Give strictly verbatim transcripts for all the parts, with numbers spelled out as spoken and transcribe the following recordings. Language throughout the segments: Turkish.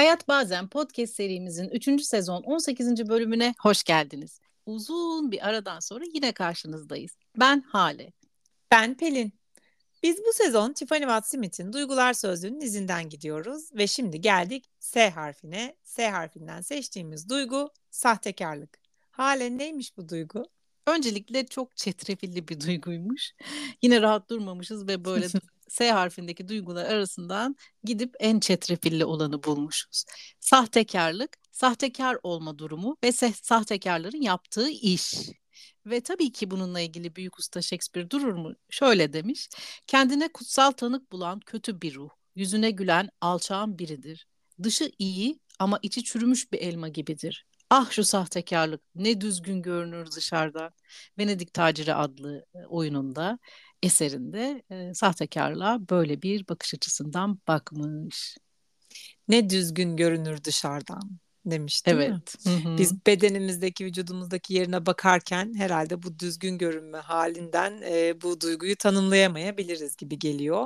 Hayat Bazen podcast serimizin üçüncü sezon on sekizinci bölümüne hoş geldiniz. Uzun bir aradan sonra yine karşınızdayız. Ben Hale. Ben Pelin. Biz bu sezon Tiffany Watt-Smith'in Duygular Sözlüğü'nün izinden gidiyoruz ve şimdi geldik S harfine. S harfinden seçtiğimiz duygu sahtekarlık. Halen neymiş bu duygu? Öncelikle çok çetrefilli bir duyguymuş. Yine rahat durmamışız ve böyle S harfindeki duygular arasından gidip en çetrefilli olanı bulmuşuz. Sahtekarlık, sahtekar olma durumu ve se- sahtekarların yaptığı iş. Ve tabii ki bununla ilgili büyük usta Shakespeare durur mu? Şöyle demiş: kendine kutsal tanık bulan kötü bir ruh, yüzüne gülen alçağın biridir. Dışı iyi ama içi çürümüş bir elma gibidir. Ah şu sahtekarlık ne düzgün görünür dışarıdan. Venedik Taciri adlı e, oyununda, eserinde e, sahtekarlığa böyle bir bakış açısından bakmış. Ne düzgün görünür dışarıdan demiş, değil mi? Evet. Hı hı. Biz bedenimizdeki, vücudumuzdaki yerine bakarken herhalde bu düzgün görünme halinden e, bu duyguyu tanımlayamayabiliriz gibi geliyor.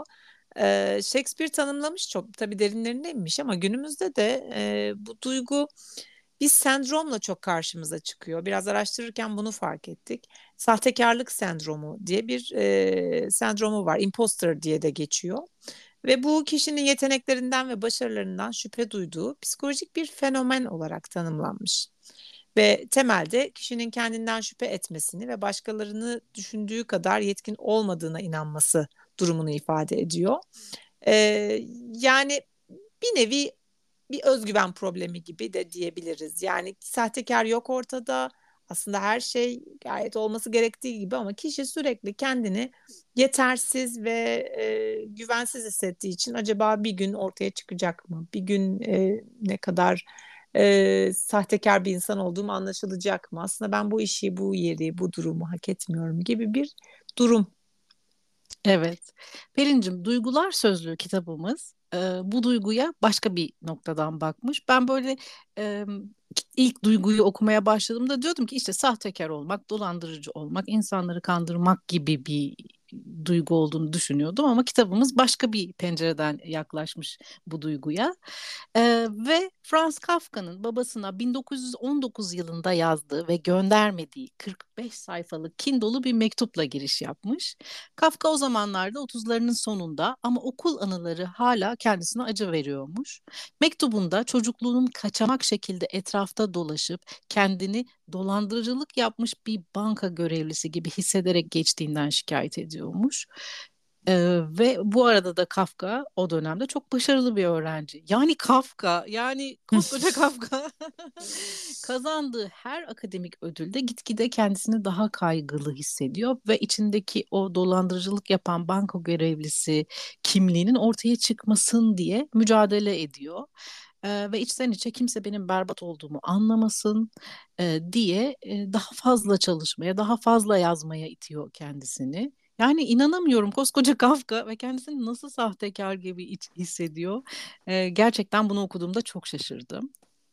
E, Shakespeare tanımlamış, çok tabii derinlerine inmiş, ama günümüzde de e, bu duygu bir sendromla çok karşımıza çıkıyor. Biraz araştırırken bunu fark ettik. Sahtekarlık sendromu diye bir e, sendromu var. Imposter diye de geçiyor. Ve bu kişinin yeteneklerinden ve başarılarından şüphe duyduğu psikolojik bir fenomen olarak tanımlanmış. Ve temelde kişinin kendinden şüphe etmesini ve başkalarını düşündüğü kadar yetkin olmadığına inanması durumunu ifade ediyor. Ee, Yani bir nevi bir özgüven problemi gibi de diyebiliriz. Yani sahtekar yok ortada. Aslında her şey gayet olması gerektiği gibi, ama kişi sürekli kendini yetersiz ve e, güvensiz hissettiği için acaba bir gün ortaya çıkacak mı? Bir gün e, ne kadar e, sahtekar bir insan olduğum anlaşılacak mı? Aslında ben bu işi, bu yeri, bu durumu hak etmiyorum gibi bir durum. Evet. Pelincim, Duygular Sözlüğü kitabımız e, bu duyguya başka bir noktadan bakmış. Ben böyle e, ilk duyguyu okumaya başladığımda diyordum ki işte sahtekar olmak, dolandırıcı olmak, insanları kandırmak gibi bir duygu olduğunu düşünüyordum ama kitabımız başka bir pencereden yaklaşmış bu duyguya. E, Ve Franz Kafka'nın babasına bin dokuz yüz on dokuz yılında yazdığı ve göndermediği kırk beş sayfalık kin dolu bir mektupla giriş yapmış. Kafka o zamanlarda otuzlarının sonunda ama okul anıları hala kendisine acı veriyormuş. Mektubunda çocukluğunun kaçamak şekilde etrafta dolaşıp kendini dolandırıcılık yapmış bir banka görevlisi gibi hissederek geçtiğinden şikayet ediyormuş. Ee, ve bu arada da Kafka o dönemde çok başarılı bir öğrenci. Yani Kafka, yani koskoca Kafka kazandığı her akademik ödülde gitgide kendisini daha kaygılı hissediyor ve içindeki o dolandırıcılık yapan banka görevlisi kimliğinin ortaya çıkmasın diye mücadele ediyor. Ee, ve içten içe kimse benim berbat olduğumu anlamasın e, diye e, daha fazla çalışmaya, daha fazla yazmaya itiyor kendisini. Yani inanamıyorum, koskoca Kafka ve kendisini nasıl sahtekar gibi iç- hissediyor. Ee, gerçekten bunu okuduğumda çok şaşırdım.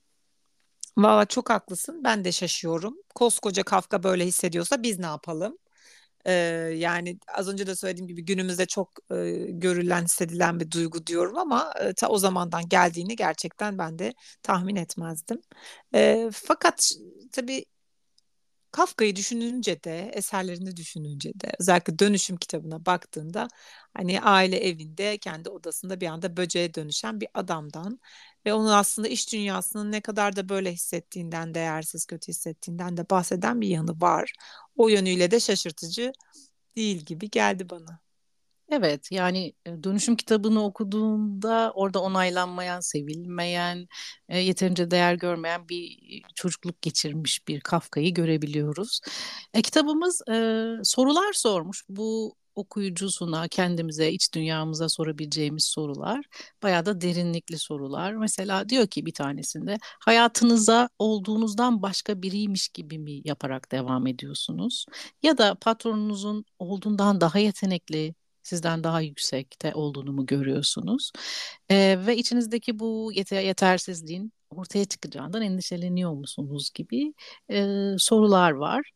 Valla çok haklısın. Ben de şaşıyorum. Koskoca Kafka böyle hissediyorsa biz ne yapalım? Ee, Yani az önce de söylediğim gibi günümüzde çok e, görülen, hissedilen bir duygu diyorum, ama e, ta o zamandan geldiğini gerçekten ben de tahmin etmezdim. E, fakat tabii Kafka'yı düşününce de, eserlerini düşününce de, özellikle Dönüşüm kitabına baktığında, hani aile evinde kendi odasında bir anda böceğe dönüşen bir adamdan ve onun aslında iş dünyasının ne kadar da böyle hissettiğinden, değersiz, kötü hissettiğinden de bahseden bir yanı var. O yönüyle de şaşırtıcı değil gibi geldi bana. Evet, yani e, Dönüşüm kitabını okuduğumda orada onaylanmayan, sevilmeyen, e, yeterince değer görmeyen bir çocukluk geçirmiş bir Kafka'yı görebiliyoruz. E, kitabımız e, sorular sormuş. Bu okuyucusuna, kendimize, iç dünyamıza sorabileceğimiz sorular. Bayağı da derinlikli sorular. Mesela diyor ki bir tanesinde, hayatınıza olduğunuzdan başka biriymiş gibi mi yaparak devam ediyorsunuz? Ya da patronunuzun olduğundan daha yetenekli, sizden daha yüksekte olduğunu mu görüyorsunuz? Ee, ve içinizdeki bu yeter yetersizliğin ortaya çıkacağından endişeleniyor musunuz gibi e, sorular var.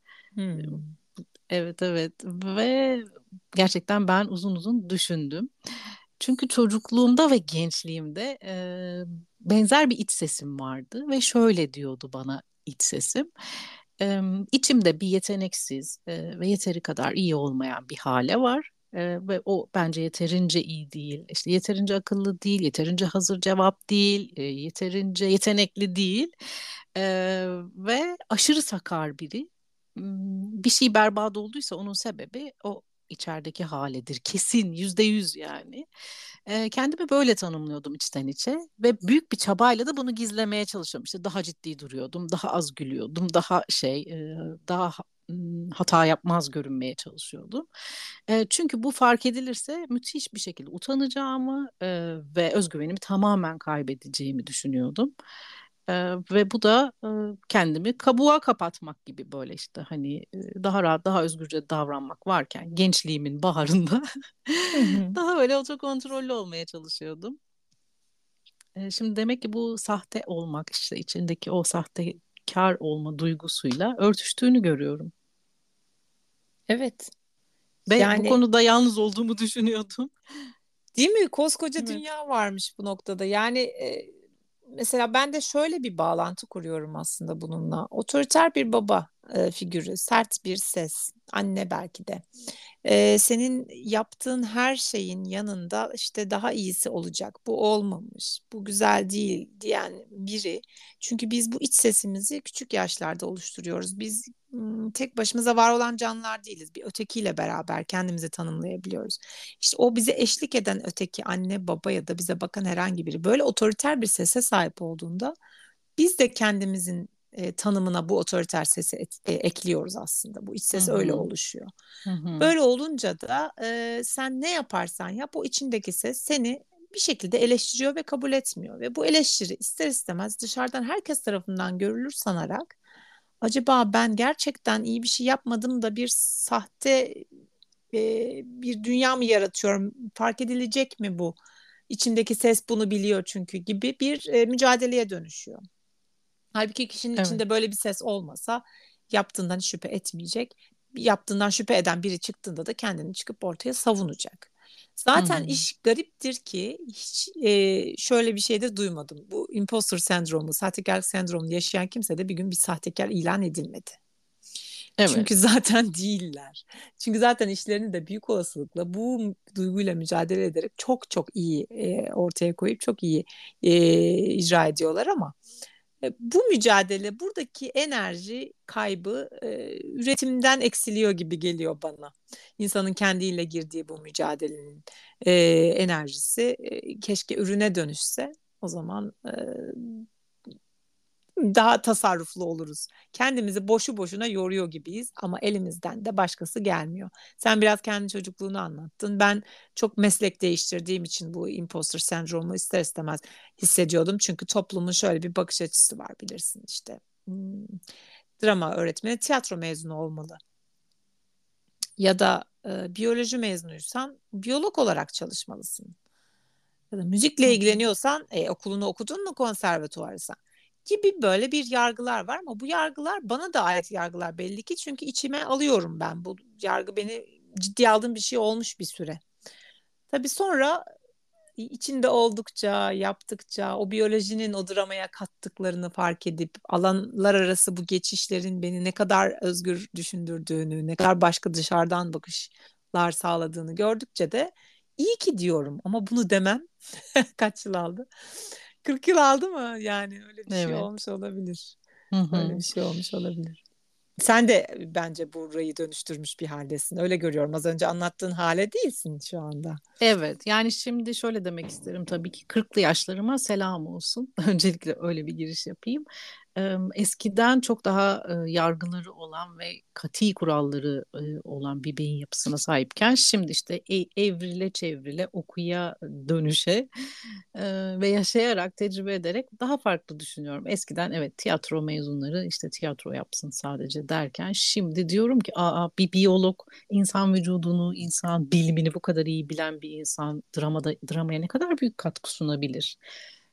Hmm. Evet, evet, ve gerçekten ben uzun uzun düşündüm. Çünkü çocukluğumda ve gençliğimde e, benzer bir iç sesim vardı ve şöyle diyordu bana iç sesim. E, içimde bir yeteneksiz e, ve yeteri kadar iyi olmayan bir hale var. E, ve o bence yeterince iyi değil, işte yeterince akıllı değil, yeterince hazır cevap değil, e, yeterince yetenekli değil. E, Ve aşırı sakar biri. Hmm, Bir şey berbat olduysa onun sebebi o içerideki halidir. Kesin, yüzde yüz yani. Ee, kendimi böyle tanımlıyordum içten içe ve büyük bir çabayla da bunu gizlemeye çalışıyorum. İşte daha ciddi duruyordum, daha az gülüyordum, daha şey, e, daha hmm, hata yapmaz görünmeye çalışıyordum. E, çünkü bu fark edilirse müthiş bir şekilde utanacağımı e, ve özgüvenimi tamamen kaybedeceğimi düşünüyordum. E, Ve bu da e, kendimi kabuğa kapatmak gibi, böyle işte hani e, daha rahat, daha özgürce davranmak varken gençliğimin baharında Hı hı. daha böyle otokontrollü olmaya çalışıyordum. E, şimdi demek ki bu sahte olmak, işte içindeki o sahtekar olma duygusuyla örtüştüğünü görüyorum. Evet. Ve bu Yani konuda yalnız olduğumu düşünüyordum. değil mi? Koskoca Evet. dünya varmış bu noktada. Yani e, mesela ben de şöyle bir bağlantı kuruyorum aslında bununla. Otoriter bir baba e, figürü, sert bir ses, anne belki de. Ee, senin yaptığın her şeyin yanında işte daha iyisi olacak. Bu olmamış, bu güzel değil diyen biri. Çünkü biz bu iç sesimizi küçük yaşlarda oluşturuyoruz. Biz ım, tek başımıza var olan canlılar değiliz. Bir ötekiyle beraber kendimizi tanımlayabiliyoruz. İşte o bize eşlik eden öteki anne, baba ya da bize bakan herhangi biri böyle otoriter bir sese sahip olduğunda biz de kendimizin e, tanımına bu otoriter sesi et- e, ekliyoruz aslında. Bu iç Hı ses öyle hı. oluşuyor. Hı hı. Böyle olunca da e, sen ne yaparsan yap o içindeki ses seni bir şekilde eleştiriyor ve kabul etmiyor. Ve bu eleştiri ister istemez dışarıdan herkes tarafından görülür sanarak acaba ben gerçekten iyi bir şey yapmadım da bir sahte e, bir dünya mı yaratıyorum? Fark edilecek mi bu? İçindeki ses bunu biliyor çünkü gibi bir e, mücadeleye dönüşüyor. Halbuki kişinin Evet. içinde böyle bir ses olmasa yaptığından hiç şüphe etmeyecek. Yaptığından şüphe eden biri çıktığında da kendini çıkıp ortaya savunacak. Hı Zaten hı. iş gariptir ki hiç e, şöyle bir şey de duymadım. Bu imposter sendromu, sahtekarlık sendromunu yaşayan kimse de bir gün bir sahtekar ilan edilmedi. Çünkü Evet. zaten değiller. Çünkü zaten işlerini de büyük olasılıkla bu duyguyla mücadele ederek çok çok iyi e, ortaya koyup çok iyi e, icra ediyorlar ama e, bu mücadele, buradaki enerji kaybı e, üretimden eksiliyor gibi geliyor bana. İnsanın kendiyle girdiği bu mücadelenin e, enerjisi e, keşke ürüne dönüşse. O zaman e, daha tasarruflu oluruz. Kendimizi boşu boşuna yoruyor gibiyiz ama elimizden de başkası gelmiyor. Sen biraz kendi çocukluğunu anlattın. Ben çok meslek değiştirdiğim için bu imposter sendromu ister istemez hissediyordum. Çünkü toplumun şöyle bir bakış açısı var bilirsin işte. Hmm, drama öğretmeni tiyatro mezunu olmalı. Ya da e, biyoloji mezunuysan biyolog olarak çalışmalısın. Ya da Hı müzikle hı. ilgileniyorsan e, okulunu okudun mu konservatuvarıysa gibi böyle bir yargılar var ama bu yargılar bana da ait yargılar belli ki çünkü içime alıyorum ben bu yargı beni ciddiye aldığım bir şey olmuş bir süre. Tabii sonra içinde oldukça, yaptıkça, o biyolojinin o dramaya kattıklarını fark edip alanlar arası bu geçişlerin beni ne kadar özgür düşündürdüğünü, ne kadar başka dışarıdan bakışlar sağladığını gördükçe de iyi ki diyorum ama bunu demem kaç yıl aldı? kırk yıl aldı mı? Yani öyle bir şey Evet. olmuş olabilir. Hı Öyle hı. bir şey olmuş olabilir. Sen de bence burayı dönüştürmüş bir haldesin. Öyle görüyorum. Az önce anlattığın hale değilsin şu anda. Evet, yani şimdi şöyle demek isterim, tabii ki kırklı yaşlarıma selam olsun. Öncelikle öyle bir giriş yapayım. Ee, Eskiden çok daha e, yargıları olan ve katı kuralları e, olan bir beyin yapısına sahipken şimdi işte e- evrile çevrile okuya dönüşe e, ve yaşayarak, tecrübe ederek daha farklı düşünüyorum. Eskiden evet, tiyatro mezunları işte tiyatro yapsın sadece derken şimdi diyorum ki aa, bir biyolog, İnsan vücudunu, insan bilimini bu kadar iyi bilen bir insan dramada dramaya ne kadar büyük katkı sunabilir?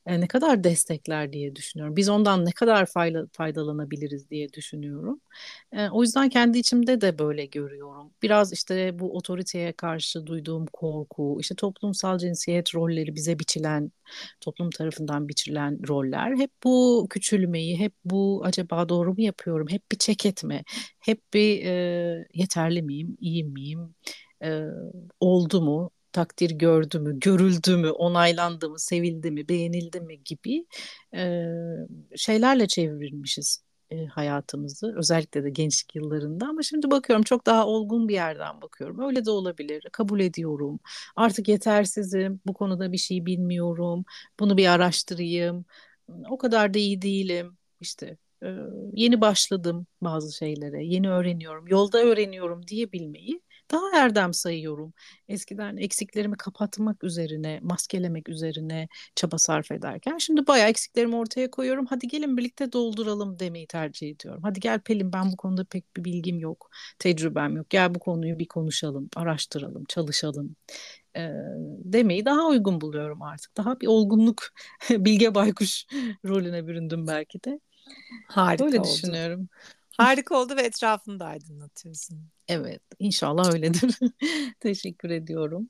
e, ne kadar destekler diye düşünüyorum. Biz ondan ne kadar fayda, faydalanabiliriz diye düşünüyorum. E, o yüzden kendi içimde de böyle görüyorum. Biraz işte bu otoriteye karşı duyduğum korku, işte toplumsal cinsiyet rolleri bize biçilen, toplum tarafından biçilen roller, hep bu küçülmeyi, hep bu acaba doğru mu yapıyorum, hep bir çek etme, hep bir e, yeterli miyim, iyi miyim, e, oldu mu, takdir gördü mü, görüldü mü, onaylandı mı, sevildi mi, beğenildi mi gibi e, şeylerle çevirmişiz e, hayatımızı. Özellikle de gençlik yıllarında, ama şimdi bakıyorum çok daha olgun bir yerden bakıyorum. Öyle de olabilir. Kabul ediyorum. Artık yetersizim. Bu konuda bir şey bilmiyorum. Bunu bir araştırayım. O kadar da iyi değilim. İşte e, yeni başladım bazı şeylere. Yeni öğreniyorum. Yolda öğreniyorum diyebilmeyi daha erdem sayıyorum. Eskiden eksiklerimi kapatmak üzerine, maskelemek üzerine çaba sarf ederken şimdi bayağı eksiklerimi ortaya koyuyorum. Hadi gelin birlikte dolduralım demeyi tercih ediyorum. Hadi gel Pelin, ben bu konuda pek bir bilgim yok, tecrübem yok. Gel bu konuyu bir konuşalım, araştıralım, çalışalım e, demeyi daha uygun buluyorum artık. Daha bir olgunluk, Bilge Baykuş rolüne büründüm belki de. Harika Böyle oldu. düşünüyorum. Harika oldu ve etrafını da aydınlatıyorsun. Evet, inşallah öyledir. Teşekkür ediyorum.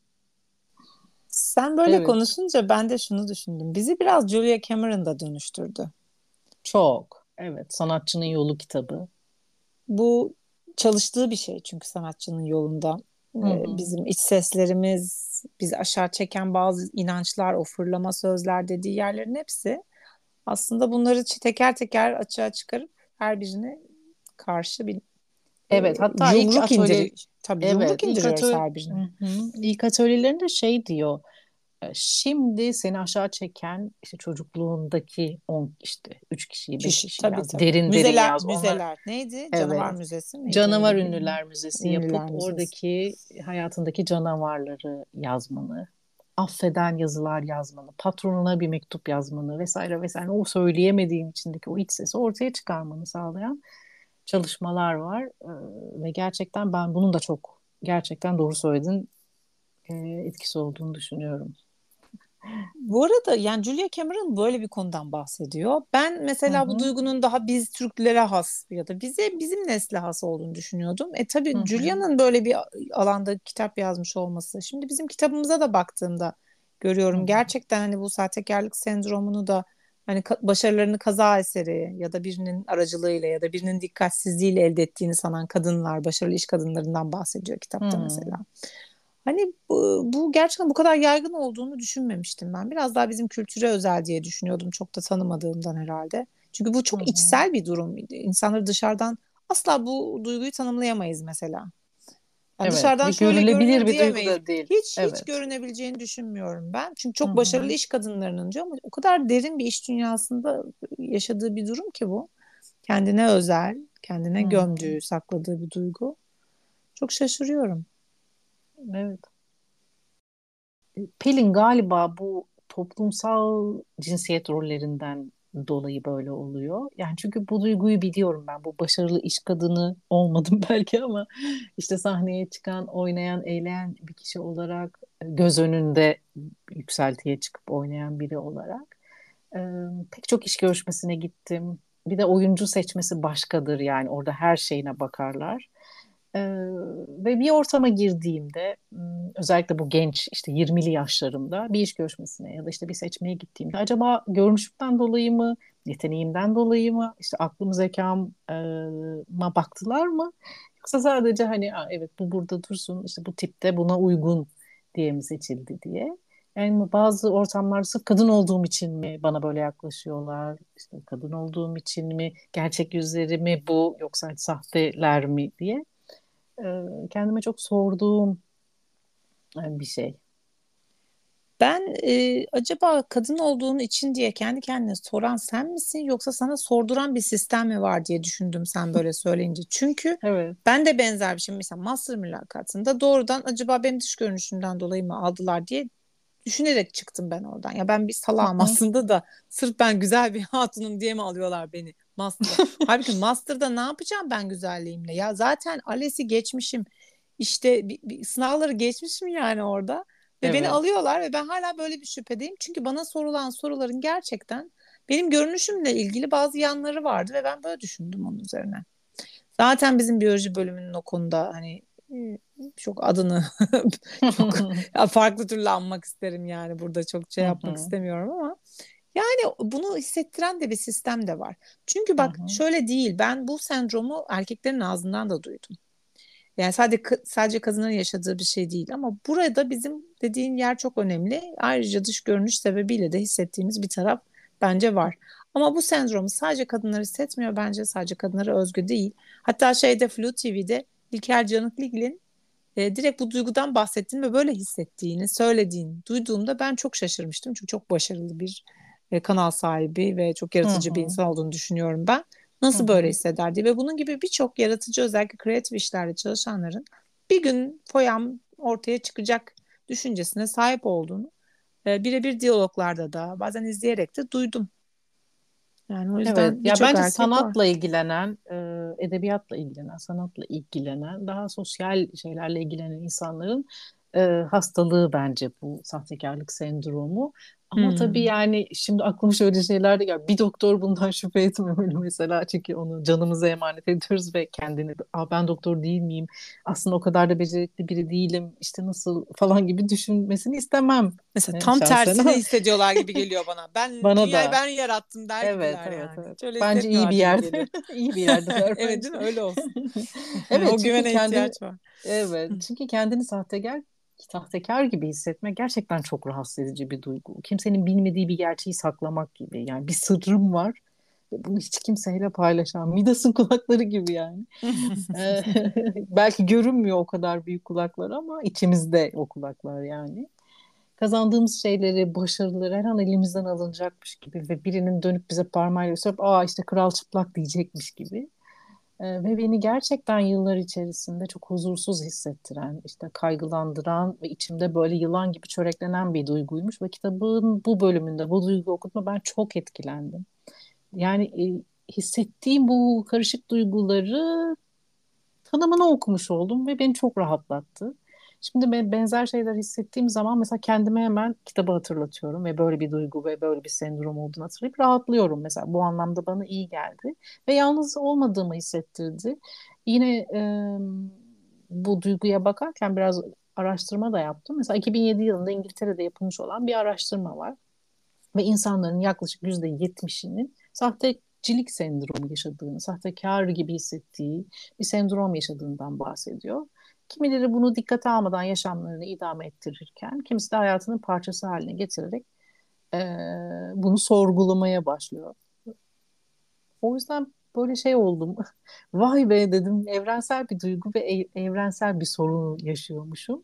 Sen böyle Evet, konuşunca ben de şunu düşündüm. Bizi biraz Julia Cameron da dönüştürdü. çok. Evet, Sanatçının Yolu kitabı. Bu çalıştığı bir şey çünkü sanatçının yolunda. Hı Ee, hı. bizim iç seslerimiz, bizi aşağı çeken bazı inançlar, o fırlama sözler dediği yerlerin hepsi aslında bunları teker teker açığa çıkarıp her birine karşı bir e, Evet, hatta ilk yumruk atölye indiriyor. Tabii evet, yumruk ilk indiriyoruz atölye her birine. ilk atölyelerinde şey diyor. e, Şimdi seni aşağı çeken işte çocukluğundaki on işte üç kişiyi, beş Kişi, kişiyi tabii yaz. tabii. Derin derin Müzeler, yaz. Onlar müzeler. Neydi? Canavar evet. Müzesi miydi? Canavar Öyle bir Ünlüler Müzesi yapıp ünlüler müzesi. oradaki hayatındaki canavarları yazmanı, affeden yazılar yazmanı, patronuna bir mektup yazmanı vesaire vesaire, o söyleyemediğin içindeki o iç sesi ortaya çıkarmanı sağlayan çalışmalar var. Ee, ve gerçekten ben bunun da çok, gerçekten doğru söyledin, e, etkisi olduğunu düşünüyorum. Bu arada yani Julia Cameron böyle bir konudan bahsediyor. Ben Hı mesela bu hı, duygunun daha biz Türklere has ya da bize bizim nesle has olduğunu düşünüyordum. E hı tabii hı, Julia'nın böyle bir alanda kitap yazmış olması. Şimdi bizim kitabımıza da baktığımda hı görüyorum. hı, Gerçekten hani bu sahtekarlık sendromunu da hani ka- başarılarını kaza eseri ya da birinin aracılığıyla ya da birinin dikkatsizliğiyle elde ettiğini sanan kadınlar, başarılı iş kadınlarından bahsediyor hı kitapta mesela. hı, Hani bu, bu gerçekten bu kadar yaygın olduğunu düşünmemiştim ben. Biraz daha bizim kültüre özel diye düşünüyordum. Çok da tanımadığımdan herhalde. Çünkü bu hı çok hı. içsel bir durum. İnsanları dışarıdan asla bu duyguyu tanımlayamayız mesela. Yani Evet dışarıdan ve şöyle görülebilir görünür bir duygu diyemeyiz. da değil. Hiç hiç Evet. görünebileceğini düşünmüyorum ben. Çünkü Hı çok başarılı hı, iş kadınlarının diyor ama o kadar derin bir iş dünyasında yaşadığı bir durum ki bu. Kendine özel, kendine hı hı. gömdüğü, sakladığı bir duygu. Çok şaşırıyorum. Evet. Pelin, galiba bu toplumsal cinsiyet rollerinden dolayı böyle oluyor. Yani çünkü bu duyguyu biliyorum ben. Bu başarılı iş kadını olmadım belki, ama işte sahneye çıkan, oynayan, eğleyen bir kişi olarak, göz önünde yükseltiye çıkıp oynayan biri olarak e, pek çok iş görüşmesine gittim. Bir de oyuncu seçmesi başkadır, yani orada her şeyine bakarlar. Ee, ve bir ortama girdiğimde, m, özellikle bu genç işte yirmili yaşlarımda bir iş görüşmesine ya da işte bir seçmeye gittiğimde, acaba görünüşümden dolayı mı, yeteneğimden dolayı mı, işte aklım zekam e, ma baktılar mı, yoksa sadece hani "Aa, evet bu burada dursun, işte bu tipte buna uygun diye mi seçildi" diye. Yani bazı ortamlarda sırf kadın olduğum için mi bana böyle yaklaşıyorlar? İşte kadın olduğum için mi? Gerçek yüzleri mi bu, yoksa sahteler mi diye e, kendime çok sorduğum e, bir şey. Ben e, acaba kadın olduğun için diye kendi kendine soran sen misin yoksa sana sorduran bir sistem mi var diye düşündüm sen böyle söyleyince. Çünkü Evet. ben de benzer bir şey mesela master mülakatında doğrudan acaba benim dış görünüşümden dolayı mı aldılar diye düşünerek çıktım ben oradan. Ya ben bir Hı salağım hı. aslında da sırf ben güzel bir hatunum diye mi alıyorlar beni master'a? Halbuki master'da ne yapacağım ben güzelliğimle? Ya zaten ALES'i geçmişim. İşte bir, bir sınavları geçmişim yani orada. Ve beni Evet. alıyorlar ve ben hala böyle bir şüphedeyim. Çünkü bana sorulan soruların gerçekten benim görünüşümle ilgili bazı yanları vardı ve ben böyle düşündüm onun üzerine. Zaten bizim biyoloji bölümünün o konuda hani e, çok adını çok ya farklı türlü anmak isterim yani burada çok şey Hı yapmak hı, istemiyorum ama yani bunu hissettiren de bir sistem de var. Çünkü hı bak hı, şöyle değil, ben bu sendromu erkeklerin ağzından da duydum. Yani sadece sadece kadınların yaşadığı bir şey değil ama burada bizim dediğin yer çok önemli. Ayrıca dış görünüş sebebiyle de hissettiğimiz bir taraf bence var. Ama bu sendromu sadece kadınlar hissetmiyor, bence sadece kadınlara özgü değil. Hatta şeyde Flu T V'de İlker Canıklıgil'in e, direkt bu duygudan bahsettiğini ve böyle hissettiğini söylediğini duyduğumda ben çok şaşırmıştım. Çünkü çok başarılı bir e, kanal sahibi ve çok hı yaratıcı bir hı, insan olduğunu düşünüyorum ben. hı Nasıl böyle hı. hisseder diye ve bunun gibi birçok yaratıcı özellikle kreatif işlerde çalışanların bir gün foyam ortaya çıkacak düşüncesine sahip olduğunu e, birebir diyaloglarda da bazen izleyerek de duydum. Yani o Evet, yüzden ya birçok bence erkek var. sanatla ilgilenen, e, edebiyatla ilgilenen, sanatla ilgilenen, daha sosyal şeylerle ilgilenen insanların e, hastalığı bence bu sahtekarlık sendromu. Ama tabii Hmm. yani şimdi aklıma şöyle şeyler de geliyor. Bir doktor bundan şüphe etmemeli mesela çünkü onu canımıza emanet ediyoruz ve kendini, Aa, ben doktor değil miyim? Aslında o kadar da becerikli biri değilim. İşte nasıl falan gibi düşünmesini istemem Mesela e, tam şahsen. tersini hissediyorlar gibi geliyor bana. Ben Bana dünyayı da. ben yarattım der Evet, gibiler evet, yani. evet. Hiç öyle Bence iyi bir hissetmiyorlar gibi geliyor. yerde. iyi bir yerdeler Evet bence. değil mi? Öyle olsun. Evet, O çünkü güvene kendini ihtiyaç var. evet, çünkü kendini sahtekar sahtekar gibi hissetmek gerçekten çok rahatsız edici bir duygu. Kimsenin bilmediği bir gerçeği saklamak gibi. Yani bir sırrım var ve bunu hiç kimseyle paylaşamam. Midas'ın kulakları gibi yani. Ee, belki görünmüyor o kadar büyük kulaklar ama içimizde o kulaklar yani. Kazandığımız şeyleri, başarıları her an elimizden alınacakmış gibi ve birinin dönüp bize parmağıyla gösterip aa işte kral çıplak diyecekmiş gibi. Ee, ve beni gerçekten yıllar içerisinde çok huzursuz hissettiren, işte kaygılandıran ve içimde böyle yılan gibi çöreklenen bir duyguymuş ve kitabın bu bölümünde bu duygu okutma ben çok etkilendim. Yani e, hissettiğim bu karışık duyguları tanımını okumuş oldum ve beni çok rahatlattı. Şimdi ben benzer şeyler hissettiğim zaman mesela kendime hemen kitabı hatırlatıyorum ve böyle bir duygu ve böyle bir sendrom olduğunu hatırlayıp rahatlıyorum. Mesela bu anlamda bana iyi geldi ve yalnız olmadığımı hissettirdi. Yine e, bu duyguya bakarken biraz araştırma da yaptım. Mesela iki bin yedi yılında İngiltere'de yapılmış olan bir araştırma var ve insanların yaklaşık yüzde yetmişinin sahtecilik sendromu yaşadığını, sahtekar gibi hissettiği bir sendrom yaşadığından bahsediyor. Kimileri bunu dikkate almadan yaşamlarını idame ettirirken, kimisi de hayatının parçası haline getirerek eee, bunu sorgulamaya başlıyor. O yüzden böyle şey oldum. Vay be dedim, evrensel bir duygu ve ev- evrensel bir sorun yaşıyormuşum.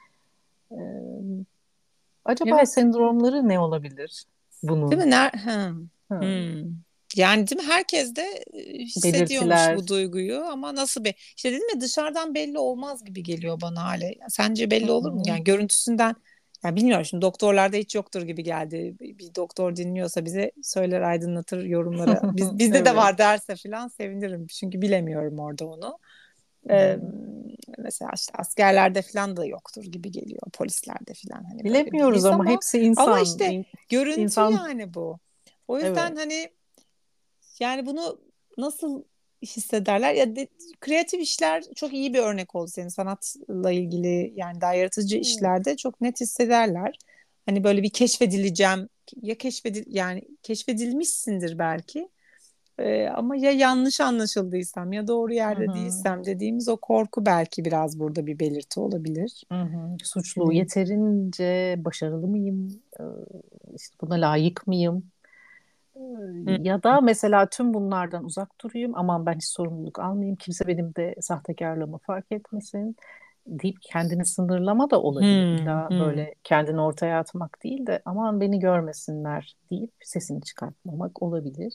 Eee, acaba Evet. sendromları ne olabilir Değil bunun? mi? Ner ha. Ha, Hmm. Yani değil mi? Herkes de e, hissediyormuş bu belirtiler. duyguyu ama nasıl bir işte dedim ya dışarıdan belli olmaz gibi geliyor bana hale. Sence Hı belli olur mu? hı. Yani görüntüsünden yani bilmiyorum şimdi doktorlarda hiç yoktur gibi geldi. Bir bir doktor dinliyorsa bize söyler aydınlatır yorumlara. Biz, bizde de Evet. var derse falan sevinirim. Çünkü bilemiyorum orada onu. Hı Ee, hı. mesela işte askerlerde falan da yoktur gibi geliyor. Polislerde falan hani böyle bir Bilemiyoruz his ama ama hepsi ama insan. işte İn- görüntü İnsan, yani bu. O yüzden evet. hani yani bunu nasıl hissederler? Ya de, kreatif işler çok iyi bir örnek oldu senin sanatla ilgili yani daha yaratıcı Evet. işlerde çok net hissederler. Hani böyle bir keşfedileceğim ya keşfedil yani keşfedilmişsindir belki. Ee, ama ya yanlış anlaşıldıysam ya doğru Hı yerde hı. değilsem dediğimiz o korku belki biraz burada bir belirti olabilir. Hı hı. Suçlu. Hani Yeterince başarılı mıyım? Ee, işte buna layık mıyım? Ee, hı, ya da mesela tüm bunlardan uzak durayım. Aman ben hiç sorumluluk almayayım. Kimse benim de sahtekarlığımı fark etmesin deyip kendini sınırlama da olabilir. hı, İlla hı. böyle kendini ortaya atmak değil de aman beni görmesinler deyip sesini çıkartmamak olabilir.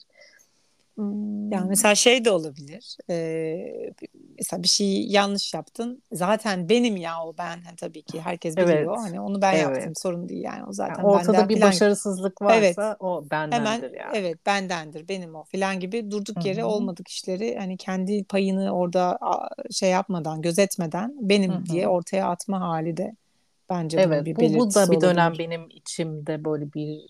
Yani Hmm, mesela şey de olabilir. Ee, mesela bir şeyi yanlış yaptın. Zaten benim ya o ben. Hani tabii ki herkes biliyor. evet, Hani onu ben yaptım. evet. Sorun değil yani. O Yani zaten ortada benden bir filan. başarısızlık Evet. varsa o Hemen bendendir yani. evet bendendir benim o filan gibi Hı durduk yere hı, olmadık işleri hani kendi payını orada a, şey yapmadan gözetmeden hı benim diye hı, ortaya atma hali de Bence bunun Evet, bir bu bu belirtisi da bir dönem olabilir. benim içimde böyle bir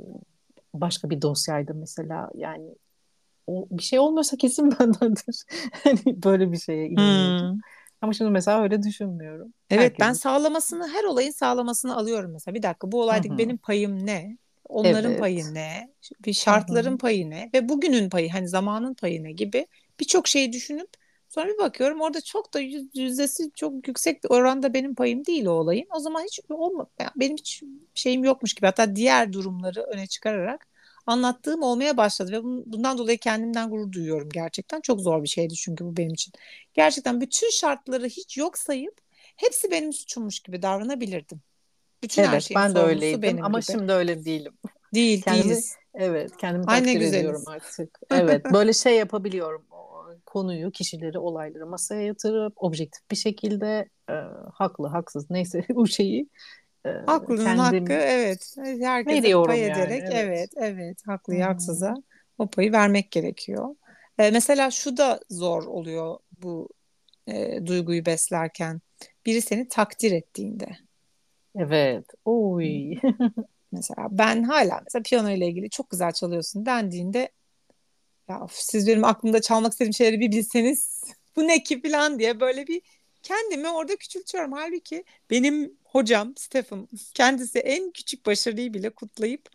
başka bir dosyaydı mesela. Yani o bir şey olmuyorsa kesin bendendir. Hani böyle bir şeye inanıyordum. Hmm. Ama şimdi mesela öyle düşünmüyorum. Evet, ben Herkesin. sağlamasını, her olayın sağlamasını alıyorum mesela. Bir dakika, bu Hı olaydaki hı. benim payım ne? Onların payı Evet. ne? Bir Hı hı. şartların payı ne? Ve bugünün payı, hani zamanın payı ne gibi birçok şeyi düşünüp sonra bir bakıyorum orada çok da yüz, yüzdesi çok yüksek bir oranda benim payım değil o olayın. O zaman hiç olma, yani benim hiç şeyim yokmuş gibi, hatta diğer durumları öne çıkararak anlattığım olmaya başladı ve bun- bundan dolayı kendimden gurur duyuyorum gerçekten. Çok zor bir şeydi çünkü bu benim için. Gerçekten bütün şartları hiç yok sayıp hepsi benim suçummuş gibi davranabilirdim. Bütün her Evet, şeyin ben de sorumlusu öyleydim benim ama gibi. şimdi öyle değilim. Değil, Kendimi değiliz. evet, kendimi Ay ne takdir ediyorum güzeliz. artık. Evet, böyle şey yapabiliyorum. O konuyu, kişileri, olayları masaya yatırıp objektif bir şekilde e, haklı, haksız neyse o şeyi e, Haklının hakkı, kendim evet. Herkese pay veriyorum yani. ederek, Evet. evet, evet, Hı haklıya hı. haksıza o payı vermek gerekiyor. Ee, mesela şu da zor oluyor bu e, duyguyu beslerken. Biri seni takdir ettiğinde. Evet. Hmm. Oy. Mesela ben hala mesela piyano ile ilgili çok güzel çalıyorsun dendiğinde, ya of, siz benim aklımda çalmak istediğim şeyleri bir bilseniz bu ne ki falan diye böyle bir kendimi orada küçültüyorum. Halbuki benim hocam Stephen kendisi en küçük başarıyı bile kutlayıp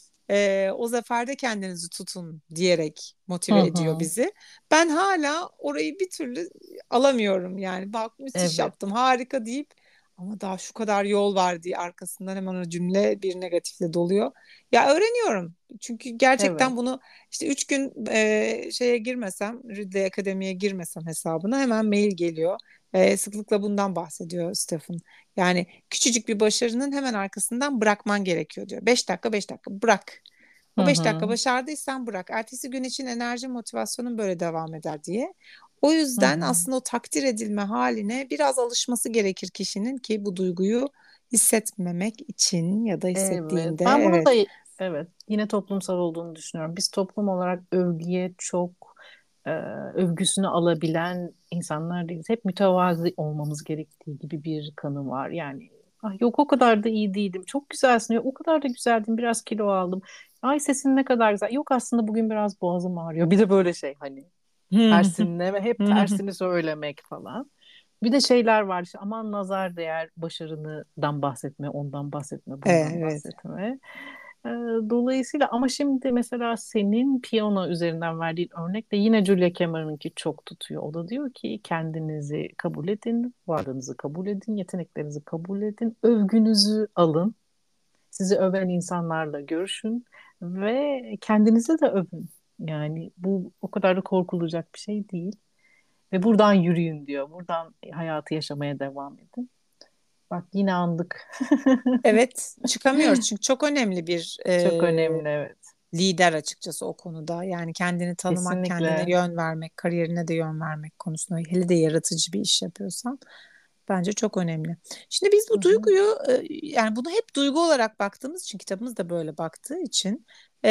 e, o zaferde kendinizi tutun diyerek Hı motive ediyor hı. bizi. Ben hala orayı bir türlü alamıyorum yani. Bak müthiş Evet. yaptım, harika deyip ama daha şu kadar yol var diye arkasından hemen o cümle bir negatifle doluyor. Ya öğreniyorum. Çünkü Evet. gerçekten bunu işte üç gün e, şeye girmesem, Ridley Akademi'ye girmesem hesabına hemen mail geliyor. E, sıklıkla bundan bahsediyor Stephen. Yani küçücük bir başarının hemen arkasından bırakman gerekiyor diyor. Beş dakika, beş dakika bırak. Hı O beş dakika hı. başardıysan bırak. Ertesi gün için enerji, motivasyonun böyle devam eder diye. O Hı yüzden hı. aslında o takdir edilme haline biraz alışması gerekir kişinin ki bu duyguyu hissetmemek için ya da Evet. hissettiğinde, Ben bunu da evet. evet yine toplumsal olduğunu düşünüyorum. Biz toplum olarak övgüye çok e, övgüsünü alabilen insanlar değiliz. Hep mütevazi olmamız gerektiği gibi bir kanı var. Yani ah, yok o kadar da iyi değildim. Çok güzelsin. Yok, o kadar da güzeldim. Biraz kilo aldım. Ay sesin ne kadar güzel. Yok aslında bugün biraz boğazım ağrıyor. Bir de böyle şey hani tersinle ve hep tersini söylemek falan. Bir de şeyler var işte aman nazar değer başarından bahsetme, ondan bahsetme, bundan Evet. bahsetme. Ee, Dolayısıyla ama şimdi mesela senin piyano üzerinden verdiğin örnek de yine Julia Cameron'ınki çok tutuyor. O da diyor ki kendinizi kabul edin, varlığınızı kabul edin, yeteneklerinizi kabul edin, övgünüzü alın, sizi öven insanlarla görüşün ve kendinizi de övün. Yani bu o kadar da korkulacak bir şey değil. Ve buradan yürüyün diyor. Buradan hayatı yaşamaya devam edin. Bak yine andık. Evet, çıkamıyoruz çünkü çok önemli bir Çok e, önemli evet. lider açıkçası o konuda. Yani kendini tanımak, kendine Kesinlikle. yön vermek, kariyerine de yön vermek konusunda, hele de yaratıcı bir iş yapıyorsan bence çok önemli. Şimdi biz Hı bu hı. duyguyu e, yani bunu hep duygu olarak baktığımız için, kitabımız da böyle baktığı için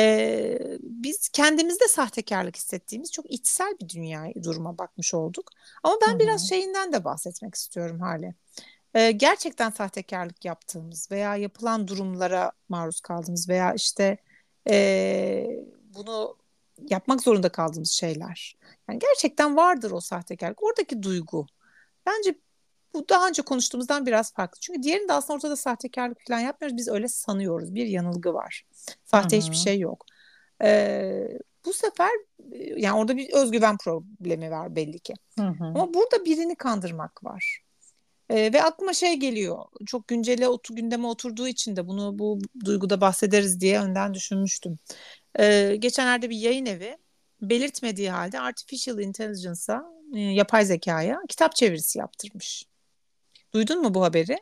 e, biz kendimizde sahtekarlık hissettiğimiz çok içsel bir dünya duruma bakmış olduk. Ama Hı ben biraz hı. şeyinden de bahsetmek istiyorum Hale. E, gerçekten sahtekarlık yaptığımız veya yapılan durumlara maruz kaldığımız veya işte e, bunu yapmak zorunda kaldığımız şeyler. Yani gerçekten vardır o sahtekarlık. Oradaki duygu. Bence bu daha önce konuştuğumuzdan biraz farklı. Çünkü diğerinde aslında ortada sahtekarlık falan yapmıyoruz. Biz öyle sanıyoruz. Bir yanılgı var. Hı Sahte hiçbir hı. şey yok. Ee, bu sefer e, yani orada bir özgüven problemi var belli ki. Hı hı. Ama burada birini kandırmak var. Ee, ve aklıma şey geliyor. Çok güncele otu, gündeme oturduğu için de bunu bu duyguda bahsederiz diye önden düşünmüştüm. Ee, geçenlerde bir yayın evi belirtmediği halde Artificial Intelligence'a, e, yapay zekaya kitap çevirisi yaptırmış. Duydun mu bu haberi?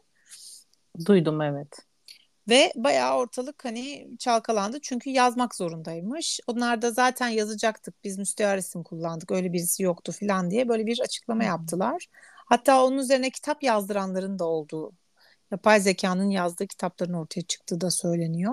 Duydum evet. Ve bayağı ortalık hani çalkalandı çünkü yazmak zorundaymış. Onlar da zaten yazacaktık, biz müstehar isim kullandık, öyle birisi yoktu falan diye böyle bir Hı açıklama hı. yaptılar. Hatta onun üzerine kitap yazdıranların da olduğu, yapay zekanın yazdığı kitapların ortaya çıktığı da söyleniyor.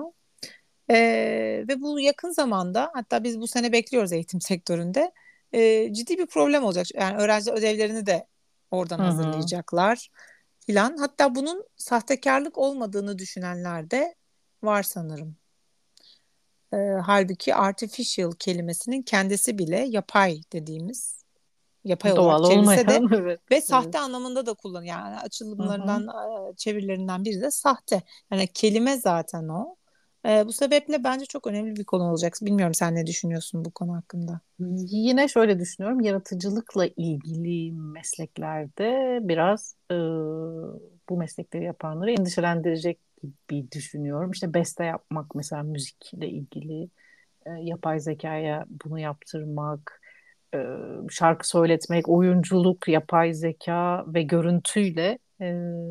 Ee, ve bu yakın zamanda, hatta biz bu sene bekliyoruz eğitim sektöründe, e, ciddi bir problem olacak. Yani öğrenciler ödevlerini de oradan Hı hı. hazırlayacaklar. filan. Hatta bunun sahtekarlık olmadığını düşünenler de var sanırım. E, halbuki artificial kelimesinin kendisi bile yapay dediğimiz, yapay olarak Doğal çevirse de olmayan evet. ve Evet. sahte anlamında da kullanıyor. Yani Hı hı. açılımlarından, e, çevirilerinden biri de sahte. Yani kelime zaten o. E, bu sebeple bence çok önemli bir konu olacak. Bilmiyorum, sen ne düşünüyorsun bu konu hakkında? Yine şöyle düşünüyorum. Yaratıcılıkla ilgili mesleklerde biraz e, bu meslekleri yapanları endişelendirecek gibi düşünüyorum. İşte beste yapmak mesela müzikle ilgili, e, yapay zekaya bunu yaptırmak, e, şarkı söyletmek, oyunculuk, yapay zeka ve görüntüyle e,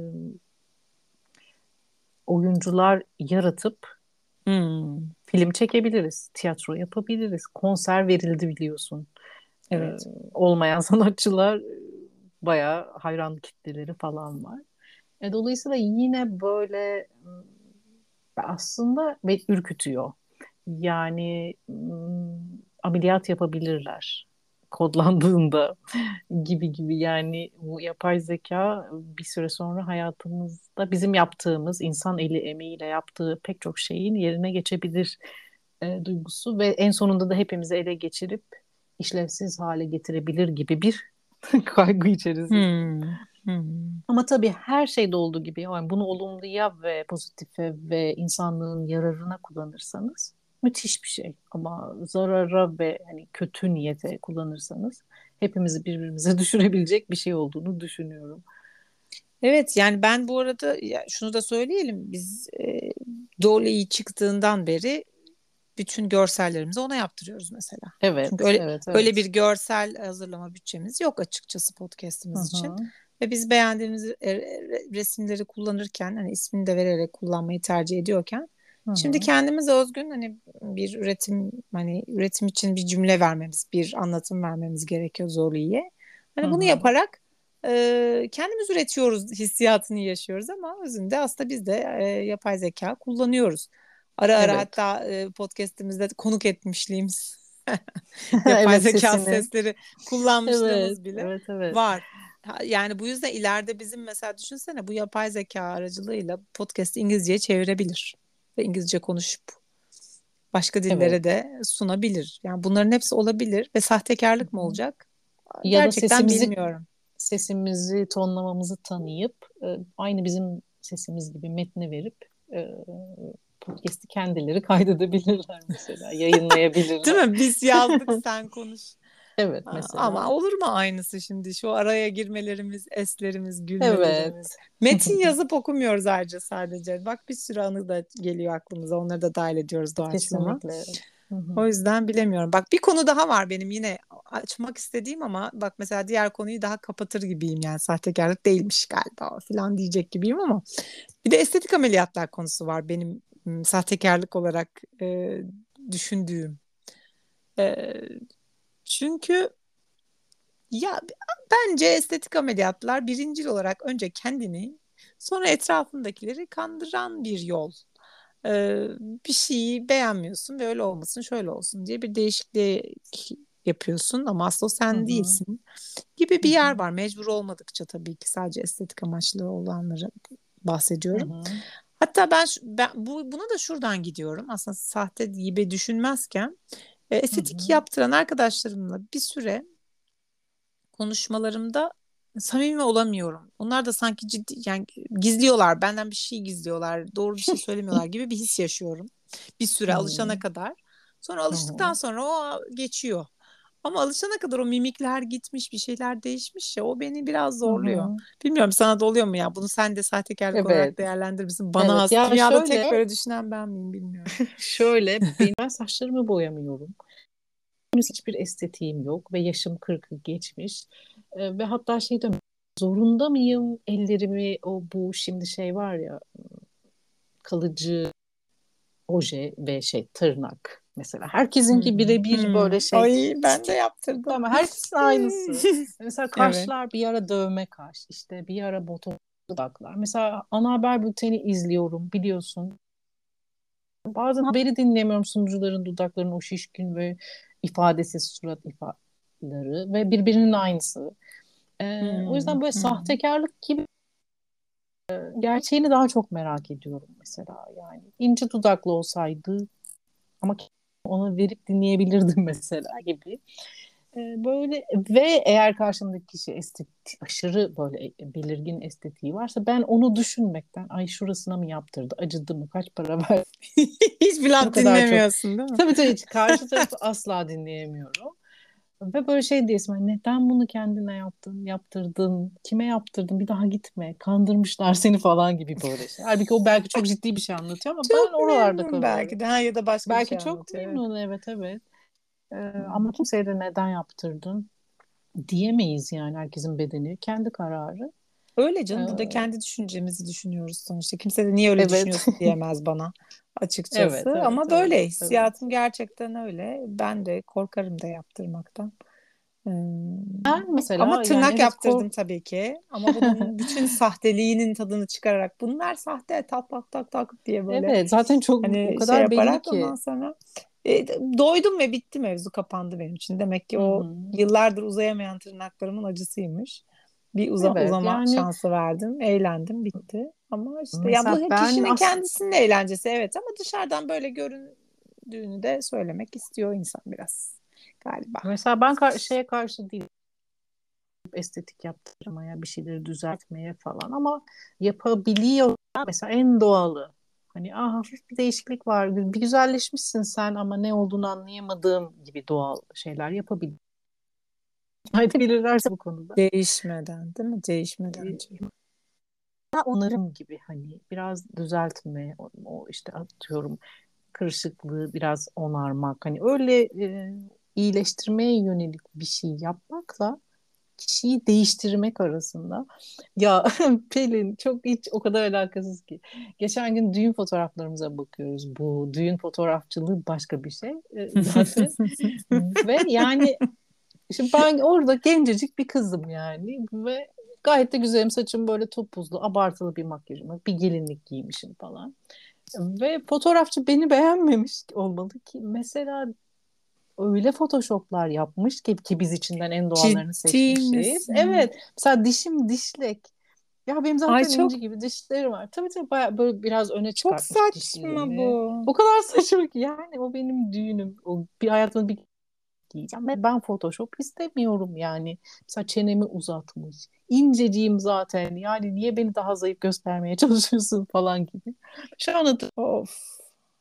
oyuncular yaratıp Hmm, film çekebiliriz, tiyatro yapabiliriz, konser verildi biliyorsun. Ee, evet. olmayan sanatçılar e, bayağı hayran kitleleri falan var. E, dolayısıyla yine böyle m, aslında ve ürkütüyor. Yani m, ameliyat yapabilirler kodlandığında gibi gibi, yani bu yapay zeka bir süre sonra hayatımızda bizim yaptığımız insan eli emeğiyle yaptığı pek çok şeyin yerine geçebilir e, duygusu ve en sonunda da hepimizi ele geçirip işlevsiz hale getirebilir gibi bir kaygı içerisinde. Hmm, hmm. Ama tabii her şeyde olduğu gibi yani bunu olumluya ve pozitife ve insanlığın yararına kullanırsanız müthiş bir şey. Ama zarara ve hani kötü niyete kullanırsanız hepimizi birbirimize düşürebilecek bir şey olduğunu düşünüyorum. Evet, yani ben bu arada ya şunu da söyleyelim, biz e, Dolly'yi çıktığından beri bütün görsellerimizi ona yaptırıyoruz mesela. Çünkü Evet, öyle evet, öyle bir evet. görsel hazırlama bütçemiz yok açıkçası Hı podcast'imiz için. hı, Ve biz beğendiğimiz e, re- resimleri kullanırken, hani ismini de vererek kullanmayı tercih ediyorken, hı şimdi hı, kendimiz özgün hani bir üretim, hani üretim için bir cümle vermemiz, bir anlatım vermemiz gerekiyor Zorlu'ya. hı Hani bunu hı, yaparak e, kendimiz üretiyoruz hissiyatını yaşıyoruz, ama özünde aslında biz de e, yapay zeka kullanıyoruz. Ara ara evet. hatta e, podcast'imizde konuk etmişliğimiz yapay Evet, zeka sesini. sesleri Evet, kullanmışlığımız bile evet, evet. var. Ha, yani bu yüzden ileride bizim mesela düşünsene, bu yapay zeka aracılığıyla podcast'i İngilizceye çevirebilir ve İngilizce konuşup başka Evet. dillere de sunabilir. Yani bunların hepsi olabilir ve Hı sahtekarlık mı hı. olacak? Ya da Gerçekten sesimizi bilmiyorum. sesimizi, tonlamamızı tanıyıp e, aynı bizim sesimiz gibi metni verip e, podcast'i kendileri kaydedebilirler mesela, Değil yayınlayabilirler. mi? Biz yazdık, sen konuş. Evet Ha, ama mesela. olur mu aynısı şimdi? Şu araya girmelerimiz, eslerimiz, Evet. gülmelerimiz. Metin yazıp okumuyoruz ayrıca sadece. Bak, bir sürü anı da geliyor aklımıza. Onları da dahil ediyoruz doğaçlama. Kesinlikle. Hı hı. O yüzden bilemiyorum. Bak, bir konu daha var benim yine açmak istediğim, ama bak mesela diğer konuyu daha kapatır gibiyim, yani sahtekarlık değilmiş galiba falan diyecek gibiyim, ama bir de estetik ameliyatlar konusu var benim m, sahtekarlık olarak e, düşündüğüm. E, çünkü ya bence estetik ameliyatlar birincil olarak önce kendini, sonra etrafındakileri kandıran bir yol. Ee, bir şeyi beğenmiyorsun ve öyle olmasın şöyle olsun diye bir değişiklik yapıyorsun, ama aslında o Hı sen hı. değilsin gibi Hı bir yer hı. var. Mecbur olmadıkça tabii ki, sadece estetik amaçlı olanları Hı bahsediyorum. hı. Hatta ben, şu- ben bu, buna da şuradan gidiyorum. Aslında sahte gibi düşünmezken e, Hı estetik hı. yaptıran arkadaşlarımla bir süre konuşmalarımda samimi olamıyorum. Onlar da sanki ciddi, yani gizliyorlar, benden bir şey gizliyorlar, doğru bir şey söylemiyorlar gibi bir his yaşıyorum. Bir süre alışana kadar. Sonra Hı alıştıktan hı. sonra o geçiyor. Ama alışana kadar o mimikler gitmiş, bir şeyler değişmiş ya, o beni biraz Hı zorluyor. hı. Bilmiyorum, sana da oluyor mu ya? Bunu sen de sahtekarlık olarak Evet. değerlendirir. Bana Evet. has. Ya Dünyada tek şöyle böyle düşünen ben miyim bilmiyorum. şöyle benim ben saçlarımı boyamıyorum. Henüz hiçbir estetiğim yok ve yaşım kırkı geçmiş. Ee, ve hatta şey diyorum, zorunda mıyım ellerimi, o bu şimdi şey var ya, kalıcı oje ve şey tırnak mesela. Herkesinki Hmm, birebir hmm. böyle şey Ay, ben de stil, yaptırdım. tamam, herkesin aynısı. Mesela Evet. kaşlar bir ara dövme kaş, işte bir ara botoks dudaklar. Mesela ana haber bülteni izliyorum biliyorsun. Bazen haberi dinleyemiyorum, sunucuların dudaklarının o şişkin ve ifadesiz surat ifadeleri ve birbirinin aynısı. Ee, o Hmm, yüzden böyle hmm. sahtekarlık gibi Gerçeğini daha çok merak ediyorum mesela yani. İnce dudaklı olsaydı ama onu verip dinleyebilirdim mesela gibi. Ee, böyle ve eğer karşımdaki kişi estetik, aşırı böyle belirgin estetiği varsa ben onu düşünmekten ay şurasına mı yaptırdı, acıdı mı, kaç para verdi Hiç o laf kadar çok. dinlemiyorsun değil mi? Tabii tabii hiç karşı tarafı asla dinleyemiyorum. Ve böyle şey diyorsun hani neden bunu kendine yaptın, yaptırdın, kime yaptırdın, bir daha gitme, kandırmışlar seni falan gibi böyle şey. Halbuki o belki çok ciddi bir şey anlatıyor ama ben Çok oralarda memnun kalıyorum. belki de. Ha, ya da başka bir Belki şey çok anlatıyor. Evet. memnun, evet evet. Ee, Hmm. ama kimseye de neden yaptırdın diyemeyiz yani, herkesin bedeni kendi kararı. Öyle Ee, canım, burada kendi düşüncemizi düşünüyoruz sonuçta. Kimse de niye öyle evet. düşünüyorsun diyemez bana Evet, açıkçası. evet, Ama böyle evet, evet. hissiyatım gerçekten öyle. Ben de korkarım da yaptırmaktan. Hmm. Ben Ama mesela yani tırnak evet kork yaptırdım tabii ki. Ama bunun bütün sahteliğinin tadını çıkararak bunlar sahte tak tak tak tak diye böyle evet zaten çok o hani şey kadar belli yaparak ondan ki. sonra e, doydum ve bitti, mevzu kapandı benim için. Demek ki Hı o hı. yıllardır uzayamayan tırnaklarımın acısıymış. Bir uza, Evet uzama yani şansı verdim, eğlendim, bitti. Ama işte ya mesela bu ben kişinin as kendisinin eğlencesi, evet, ama dışarıdan böyle göründüğünü de söylemek istiyor insan biraz galiba. mesela ben kar- şeye karşı değilim, estetik yaptırmaya, bir şeyleri düzeltmeye falan, ama yapabiliyor mesela en doğalı. Hani ah, hafif bir değişiklik var, bir güzelleşmişsin sen ama ne olduğunu anlayamadığım gibi doğal şeyler yapabilir. Fayda bilirlerse bu konuda. Değişmeden, değil mi? Değişmeden. Ee, onarım gibi hani biraz düzeltme, o, o işte atıyorum kırışıklığı biraz onarmak, hani öyle e, iyileştirmeye yönelik bir şey yapmakla kişiyi değiştirmek arasında. Ya Pelin çok hiç o kadar alakasız ki. Geçen gün düğün fotoğraflarımıza bakıyoruz. Bu düğün fotoğrafçılığı başka bir şey e, zaten. Ve yani şimdi ben orada gencecik bir kızım yani ve gayet de güzelim, saçım böyle topuzlu, abartılı bir makyajım var. Bir gelinlik giymişim falan. Ve fotoğrafçı beni beğenmemiş olmalı ki mesela, öyle photoshoplar yapmış ki ki biz içinden en doğallarını Ciddi seçmişiz. misin? Evet. Mesela dişim dişlek. Ya benim Ay zaten inci çok gibi dişlerim var. Tabii tabii bayağı böyle biraz öne çok çıkartmış saçma dişlerimi. bu. O kadar saçma ki yani, o benim düğünüm. O bir hayatımda bir giyeceğim ve ben Photoshop istemiyorum yani. Mesela çenemi uzatmış. İnceciyim zaten. Yani niye beni daha zayıf göstermeye çalışıyorsun falan gibi. Şu an Of.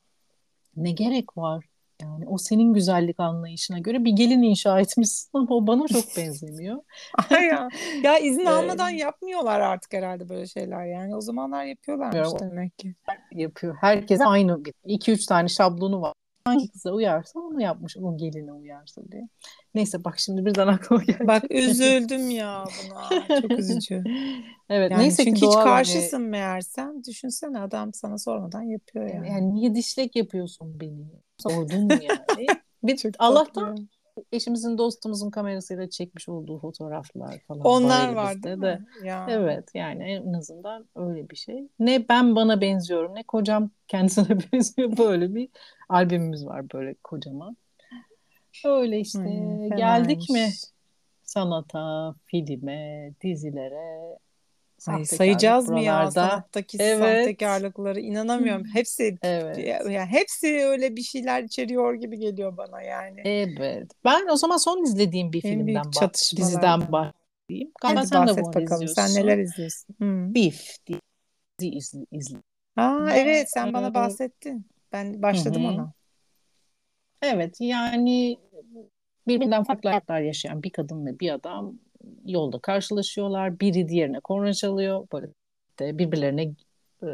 ne gerek var? Yani o senin güzellik anlayışına göre bir gelin inşa etmişsin ama o bana çok benzemiyor. Ay ya. Ya izin Ee, almadan yapmıyorlar artık herhalde böyle şeyler yani. O zamanlar yapıyorlarmış bilmiyorum, demek ki. yapıyor. Herkes aynı bir, iki üç tane şablonu var. Hangi kıza uyarsa onu yapmış. O geline uyarsa diye. Neyse bak şimdi birden aklıma Bak geldi. üzüldüm ya buna. Çok üzücü. Evet Yani neyse ki çünkü hiç doğal hani, karşısın meğersem. Düşünsene, adam sana sormadan yapıyor yani. yani niye dişlek yapıyorsun beni? Sordun yani. Bir Çok tatlı Allah'tan ya. eşimizin, dostumuzun kamerasıyla çekmiş olduğu fotoğraflar falan var Onlar var değil elimizde de. mi? Ya. Evet yani en azından öyle bir şey. Ne ben bana benziyorum ne kocam kendisine benziyor. Böyle bir albümümüz var böyle kocaman. Öyle işte, Ay, geldik mi fenaymış. sanata, filme, dizilere, Ay sahtekarlık sayacağız mı ya buralarda. sanattaki Evet. sahtekarlıkları, inanamıyorum. Hepsi Evet. yani hepsi öyle bir şeyler içeriyor gibi geliyor bana yani. Evet. Ben o zaman son izlediğim bir En büyük filmden, bah diziden çatışmalardan. bahsedeyim. Galiba Hadi sen de bu bahset arada bakalım. Sen neler izliyorsun. izliyorsun? Hı. Beef dizi izle, izle. Aa, Ve evet, sen bana e, bahsettin. Ben hı başladım hı. ona. Evet yani birbirinden farklı hayatlar yaşayan bir kadın ve bir adam yolda karşılaşıyorlar. Biri diğerine korna çalıyor. Böyle de birbirlerine e,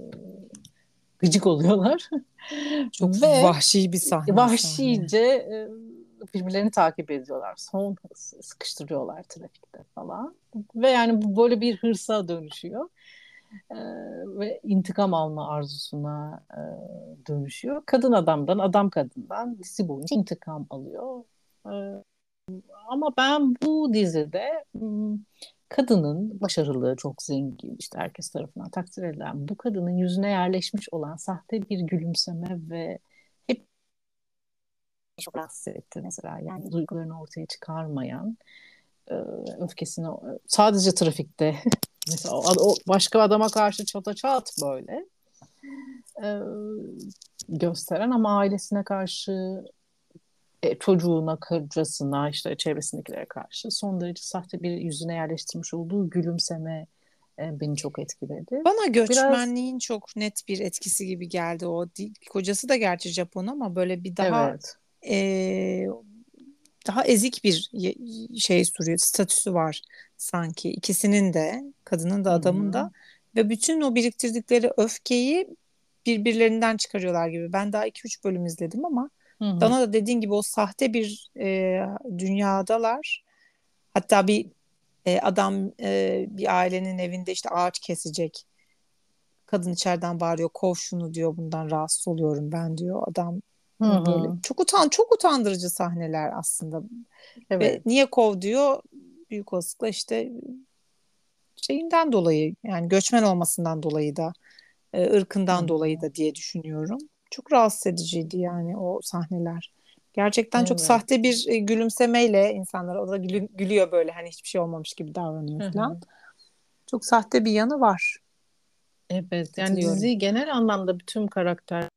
gıcık oluyorlar. Çok Ve vahşi bir sahne o sahne. vahşice e, birbirlerini takip ediyorlar. Son sıkıştırıyorlar trafikte falan. Ve yani bu böyle bir hırsa dönüşüyor. E, ve intikam alma arzusuna e, dönüşüyor. Kadın adamdan, adam kadından dizi boyunca intikam alıyor. E, ama ben bu dizide hmm, kadının başarılı, çok zengin, işte herkes tarafından takdir edilen bu kadının yüzüne yerleşmiş olan sahte bir gülümseme ve hep çok rahatsız etti mesela. Yani duygularını ortaya çıkarmayan, e, öfkesini sadece trafikte Mesela o, o başka adama karşı çata çat böyle e, gösteren ama ailesine karşı, e, çocuğuna, kocasına, işte çevresindekilere karşı son derece sahte bir yüzüne yerleştirmiş olduğu gülümseme e, beni çok etkiledi. Bana Biraz göçmenliğin çok net bir etkisi gibi geldi o. Di- Kocası da gerçi Japon ama böyle bir daha evet. e, daha ezik bir ye- şey sürüyor, statüsü var sanki. İkisinin de, kadının da Hı adamın hı. da ve bütün o biriktirdikleri öfkeyi birbirlerinden çıkarıyorlar gibi. Ben daha iki üç bölüm izledim ama Hı hı. bana da dediğin gibi o sahte bir e, dünyadalar. Hatta bir e, adam e, bir ailenin evinde işte ağaç kesecek. Kadın içeriden bağırıyor, kov şunu diyor, bundan rahatsız oluyorum ben diyor. Adam Hı e, böyle hı. çok utan çok utandırıcı sahneler aslında. Ve Evet. niye kov diyor? Büyük olasılıkla işte şeyinden dolayı, yani göçmen olmasından dolayı da e, Hı ırkından dolayı hı. da diye düşünüyorum. Çok rahatsız ediciydi yani o sahneler. Gerçekten çok Evet. sahte bir e, gülümsemeyle insanlar o da gülü- gülüyor böyle, hani hiçbir şey olmamış gibi davranıyor Hı falan. hı. Çok sahte bir yanı var. Evet. Yani Katılıyorum. dizi genel anlamda bütün karakter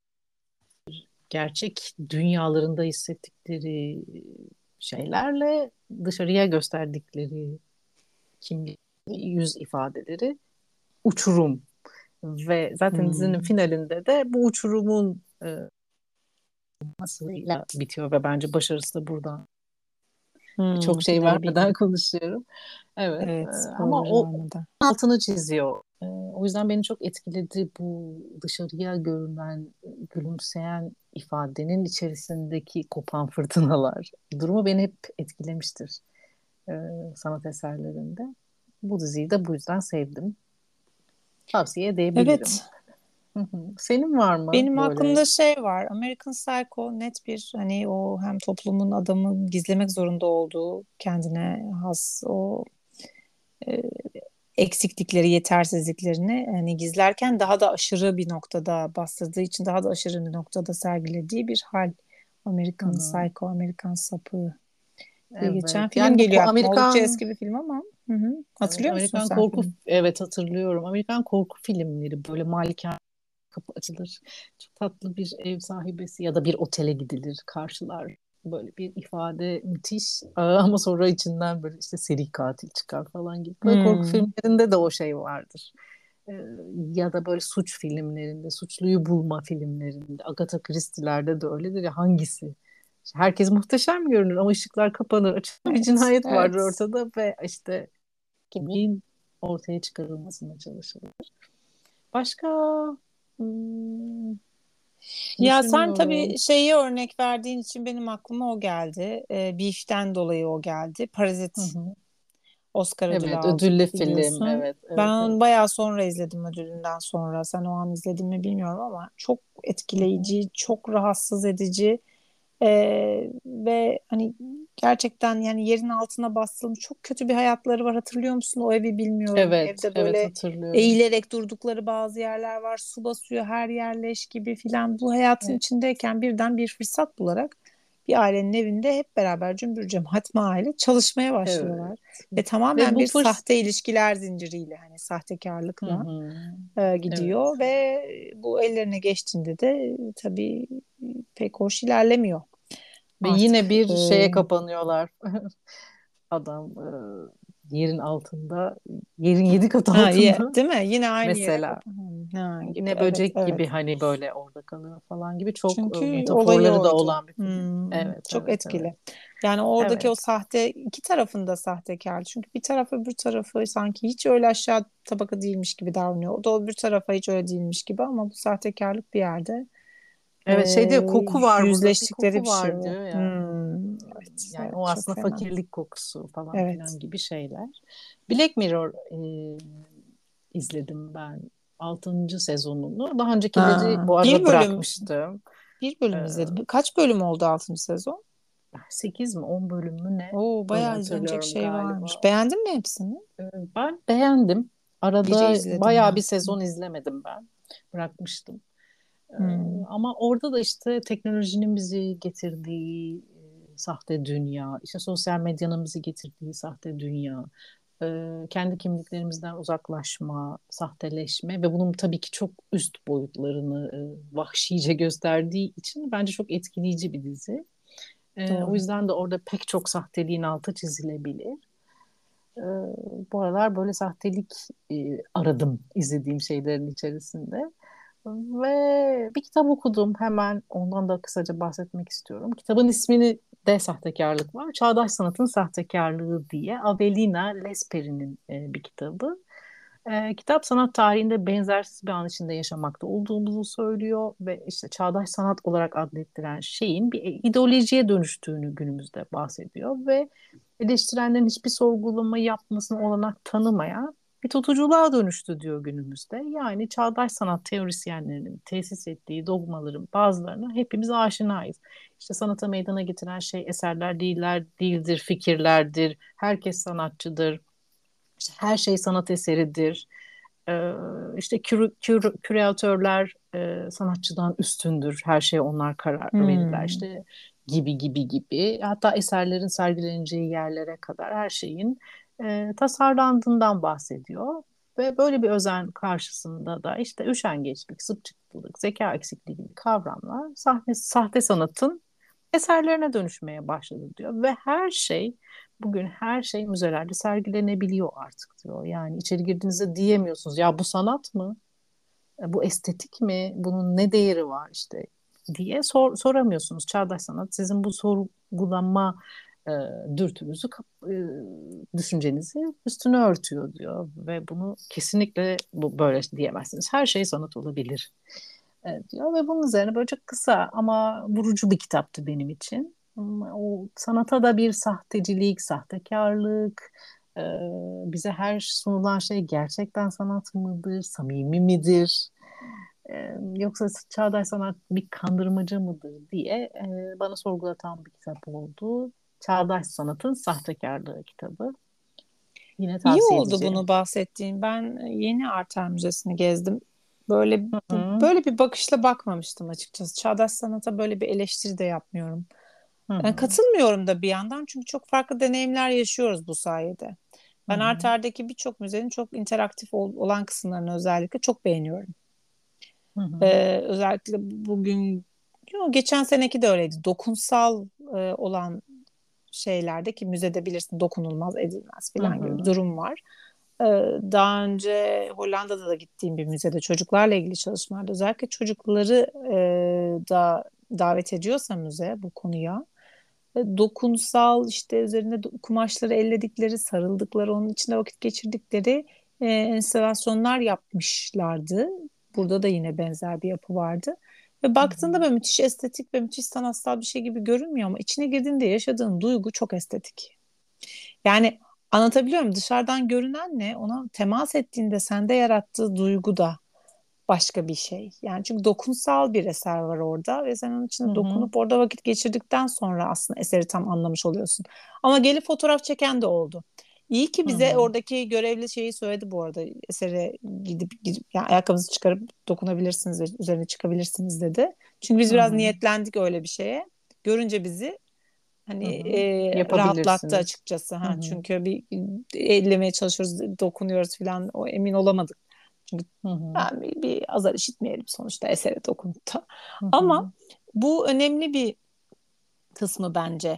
gerçek dünyalarında hissettikleri şeylerle dışarıya gösterdikleri kimlik, yüz ifadeleri uçurum. Ve zaten dizinin Hmm. finalinde de bu uçurumun e, nasılıyla bitiyor ve bence başarısı da buradan. Hmm, Çok şey finali vermeden bilmiyorum. konuşuyorum. Evet. e, Evet, ama spoiler o vermeden. altını çiziyor. E, o yüzden beni çok etkiledi bu dışarıya görünen, gülümseyen ifadenin içerisindeki kopan fırtınalar. Durumu beni hep etkilemiştir e, sanat eserlerinde. Bu diziyi de bu yüzden sevdim. Tavsiye edebilirim. Evet, Hı hı. Senin var mı benim böyle? aklımda şey var. American Psycho net bir, hani o hem toplumun adamı gizlemek zorunda olduğu kendine has o e, eksiklikleri, yetersizliklerini hani gizlerken daha da aşırı bir noktada bastırdığı için daha da aşırı bir noktada sergilediği bir hal. Hı American hı. Psycho, Amerikan Sapı diye geçen Evet. film Yani bu geliyor ko- aklıma. Oldukça Amerikan eski bir film ama. Hı hı. evet, Hatırlıyor musun Amerikan sen korku, filmi? evet hatırlıyorum. Amerikan korku filmleri böyle malikane, kapı açılır. Çok tatlı bir ev sahibesi ya da bir otele gidilir, karşılar. Böyle bir ifade müthiş. Aa, ama sonra içinden böyle işte seri katil çıkar falan gibi. Böyle korku Hmm. filmlerinde de o şey vardır. Ee, ya da böyle suç filmlerinde, suçluyu bulma filmlerinde, Agatha Christie'lerde de öyledir ya, hangisi? İşte herkes muhteşem görünür ama ışıklar kapanır, açık bir Evet, cinayet vardır evet. ortada ve işte kimin ortaya çıkarılmasına çalışılır. Başka hmm, Ya sen düşünüyorum. tabii şeyi örnek verdiğin için benim aklıma o geldi. Ee, Beef'ten dolayı o geldi. Hı Parazit hı. Oscar ödülü Evet, aldı ödüllü film. biliyorsun. Evet, Ben evet, onu evet. bayağı sonra izledim, ödülünden sonra. Sen o an izledin mi bilmiyorum ama çok Hı hı. etkileyici, çok rahatsız edici. Ee, ve hani gerçekten yani yerin altına bastığım çok kötü bir hayatları var. Hatırlıyor musun o evi bilmiyorum. Evet, Evde evet böyle hatırlıyorum. eğilerek durdukları bazı yerler var. Su basıyor her yer, leş gibi filan. Bu hayatın Evet, içindeyken birden bir fırsat bularak bir ailenin evinde hep beraber cümbür cemaat aile çalışmaya evet. başlıyorlar. Ve Ve tamamen bu bir fırs sahte ilişkiler zinciriyle, hani hı sahtekarlıkla hı. e, Evet. gidiyor ve bu ellerine geçtiğinde de e, tabii pek hoş ilerlemiyor Ve yine artık. bir E, şeye kapanıyorlar. Adam e, yerin altında, yerin yedi kat ha, ye, altında değil mi? Yine aynı yere mesela. kapan. Ha, gibi. Yine Evet, böcek gibi evet. hani böyle orada kalıyor falan gibi çok e, Çünkü olayı metaforları da oydu. olan bir film. Hmm, Evet, çok evet, evet. etkili. Yani oradaki o Evet. sahte, iki tarafında sahtekar. Çünkü bir taraf öbür tarafı sanki hiç öyle aşağı tabaka değilmiş gibi davranıyor. O da öbür tarafa hiç öyle değilmiş gibi, ama bu sahtekarlık bir yerde e, Evet, şey diyor, koku var burada. Bir yüzleştikleri koku bir şey var o. diyor ya. Hmm, evet, Yani evet, o çok aslında fena. fakirlik kokusu falan Evet. filan gibi şeyler. Black Mirror e, izledim ben altıncı sezonunu. Daha öncekileri Ha, bu bir arada bölüm bırakmıştım. bir E, bölüm izledim. Kaç bölüm oldu altıncı sezon? sekiz mi on bölüm mü ne? Oo, Öyle bayağı izlenecek hatırlıyorum şey varmış. galiba. Beğendin mi hepsini? E, ben beğendim. Biri Arada izledim bayağı bir ben. sezon izlemedim ben. Bırakmıştım. Ee, Hmm. ama orada da işte teknolojinin bizi getirdiği e, sahte dünya, işte sosyal medyanın bizi getirdiği sahte dünya, e, kendi kimliklerimizden uzaklaşma, sahteleşme ve bunun tabii ki çok üst boyutlarını e, vahşice gösterdiği için bence çok etkileyici bir dizi. E, o Doğru. yüzden de orada pek çok sahteliğin altı çizilebilir. E, Bu aralar böyle sahtelik e, aradım izlediğim şeylerin içerisinde. Ve bir kitap okudum. Hemen ondan da kısaca bahsetmek istiyorum. Kitabın ismini de sahtekarlık var. Çağdaş Sanatın Sahtekarlığı diye Avelina Lesperi'nin e, bir kitabı. E, kitap sanat tarihinde benzersiz bir an içinde yaşamakta olduğumuzu söylüyor ve işte çağdaş sanat olarak adlettiren şeyin bir ideolojiye dönüştüğünü günümüzde bahsediyor ve eleştirenlerin hiçbir sorgulama yapmasına olanak tanımayan bir tutuculuğa dönüştü diyor günümüzde. Yani çağdaş sanat teorisyenlerinin tesis ettiği dogmaların bazılarına hepimiz aşinayız. İşte sanata meydana getiren şey eserler değiller, değildir, fikirlerdir. Herkes sanatçıdır. İşte her şey sanat eseridir. Ee, işte kür, kür, küratörler e, sanatçıdan üstündür. Her şeye onlar karar verirler. Hmm. İşte gibi gibi gibi. Hatta eserlerin sergileneceği yerlere kadar her şeyin e, tasarlandığından bahsediyor. Ve böyle bir özen karşısında da işte üşengeçlik, sıpçıklılık, zeka eksikliği gibi kavramlar sahne, sahte sanatın eserlerine dönüşmeye başladı diyor. Ve her şey bugün her şey müzelerde sergilenebiliyor artık diyor. Yani içeri girdiğinizde diyemiyorsunuz ya bu sanat mı? E, Bu estetik mi? Bunun ne değeri var işte diye sor, soramıyorsunuz. Çağdaş sanat sizin bu sorgulama e, dürtünüzü, kap- e, düşüncenizi üstüne örtüyor diyor. Ve bunu kesinlikle bu, böyle diyemezsiniz. Her şey sanat olabilir e, diyor ve bunun üzerine böyle çok kısa ama vurucu bir kitaptı benim için. Ama o sanata da bir sahtecilik, sahtekarlık, e, bize her sunulan şey gerçekten sanat mıdır, samimi midir? E, yoksa çağdaş sanat bir kandırmacı mıdır diye e, bana sorgulatan bir kitap oldu. Çağdaş Sanatın Sahtekarlığı kitabı. Yine İyi tavsiye oldu edeceğim. bunu bahsettiğin. Ben yeni Arter Müzesi'ni gezdim. Böyle Hı bu, hı, böyle bir bakışla bakmamıştım açıkçası. Çağdaş sanata böyle bir eleştiri de yapmıyorum. hı Yani hı, katılmıyorum da bir yandan çünkü çok farklı deneyimler yaşıyoruz bu sayede. hı Ben hı, Arter'deki birçok müzenin çok interaktif ol- olan kısımlarını özellikle çok beğeniyorum. hı hı, Ee, özellikle bugün, yo, geçen seneki de öyleydi. Dokunsal e, olan şeylerde ki müzede bilirsin dokunulmaz edilmez hı falan gibi bir hı, durum var. Ee, Daha önce Hollanda'da da gittiğim bir müzede çocuklarla ilgili çalışmalarda özellikle çocukları e, da davet ediyorsa müze bu konuya e, dokunsal işte üzerinde do- kumaşları elledikleri, sarıldıkları, onun içinde vakit geçirdikleri e, enstalasyonlar yapmışlardı. Burada da yine benzer bir yapı vardı. Ve hı baktığında hı. böyle müthiş estetik ve müthiş sanatsal bir şey gibi görünmüyor ama içine girdiğinde yaşadığın duygu çok estetik. Yani anlatabiliyor muyum? Dışarıdan görünen ne? Ona temas ettiğinde sende yarattığı duygu da başka bir şey. Yani çünkü dokunsal bir eser var orada ve sen onun Hı içinde hı. dokunup orada vakit geçirdikten sonra aslında eseri tam anlamış oluyorsun. Ama gelip fotoğraf çeken de oldu. İyi ki Hı bize hı. oradaki görevli şeyi söyledi bu arada. Esere gidip, gidip yani ayakkabınızı çıkarıp dokunabilirsiniz ve üzerine çıkabilirsiniz dedi. Çünkü biz Hı biraz hı. niyetlendik öyle bir şeye. Görünce bizi Hı hani hı. e, rahatlattı Yapabilirsiniz. açıkçası. Hı Ha, hı. çünkü bir ellemeye çalışıyoruz, dokunuyoruz falan o emin olamadık. Çünkü Hı hı. yani bir, bir azar işitmeyelim sonuçta esere dokunup da. Hı Ama hı. bu önemli bir kısmı bence.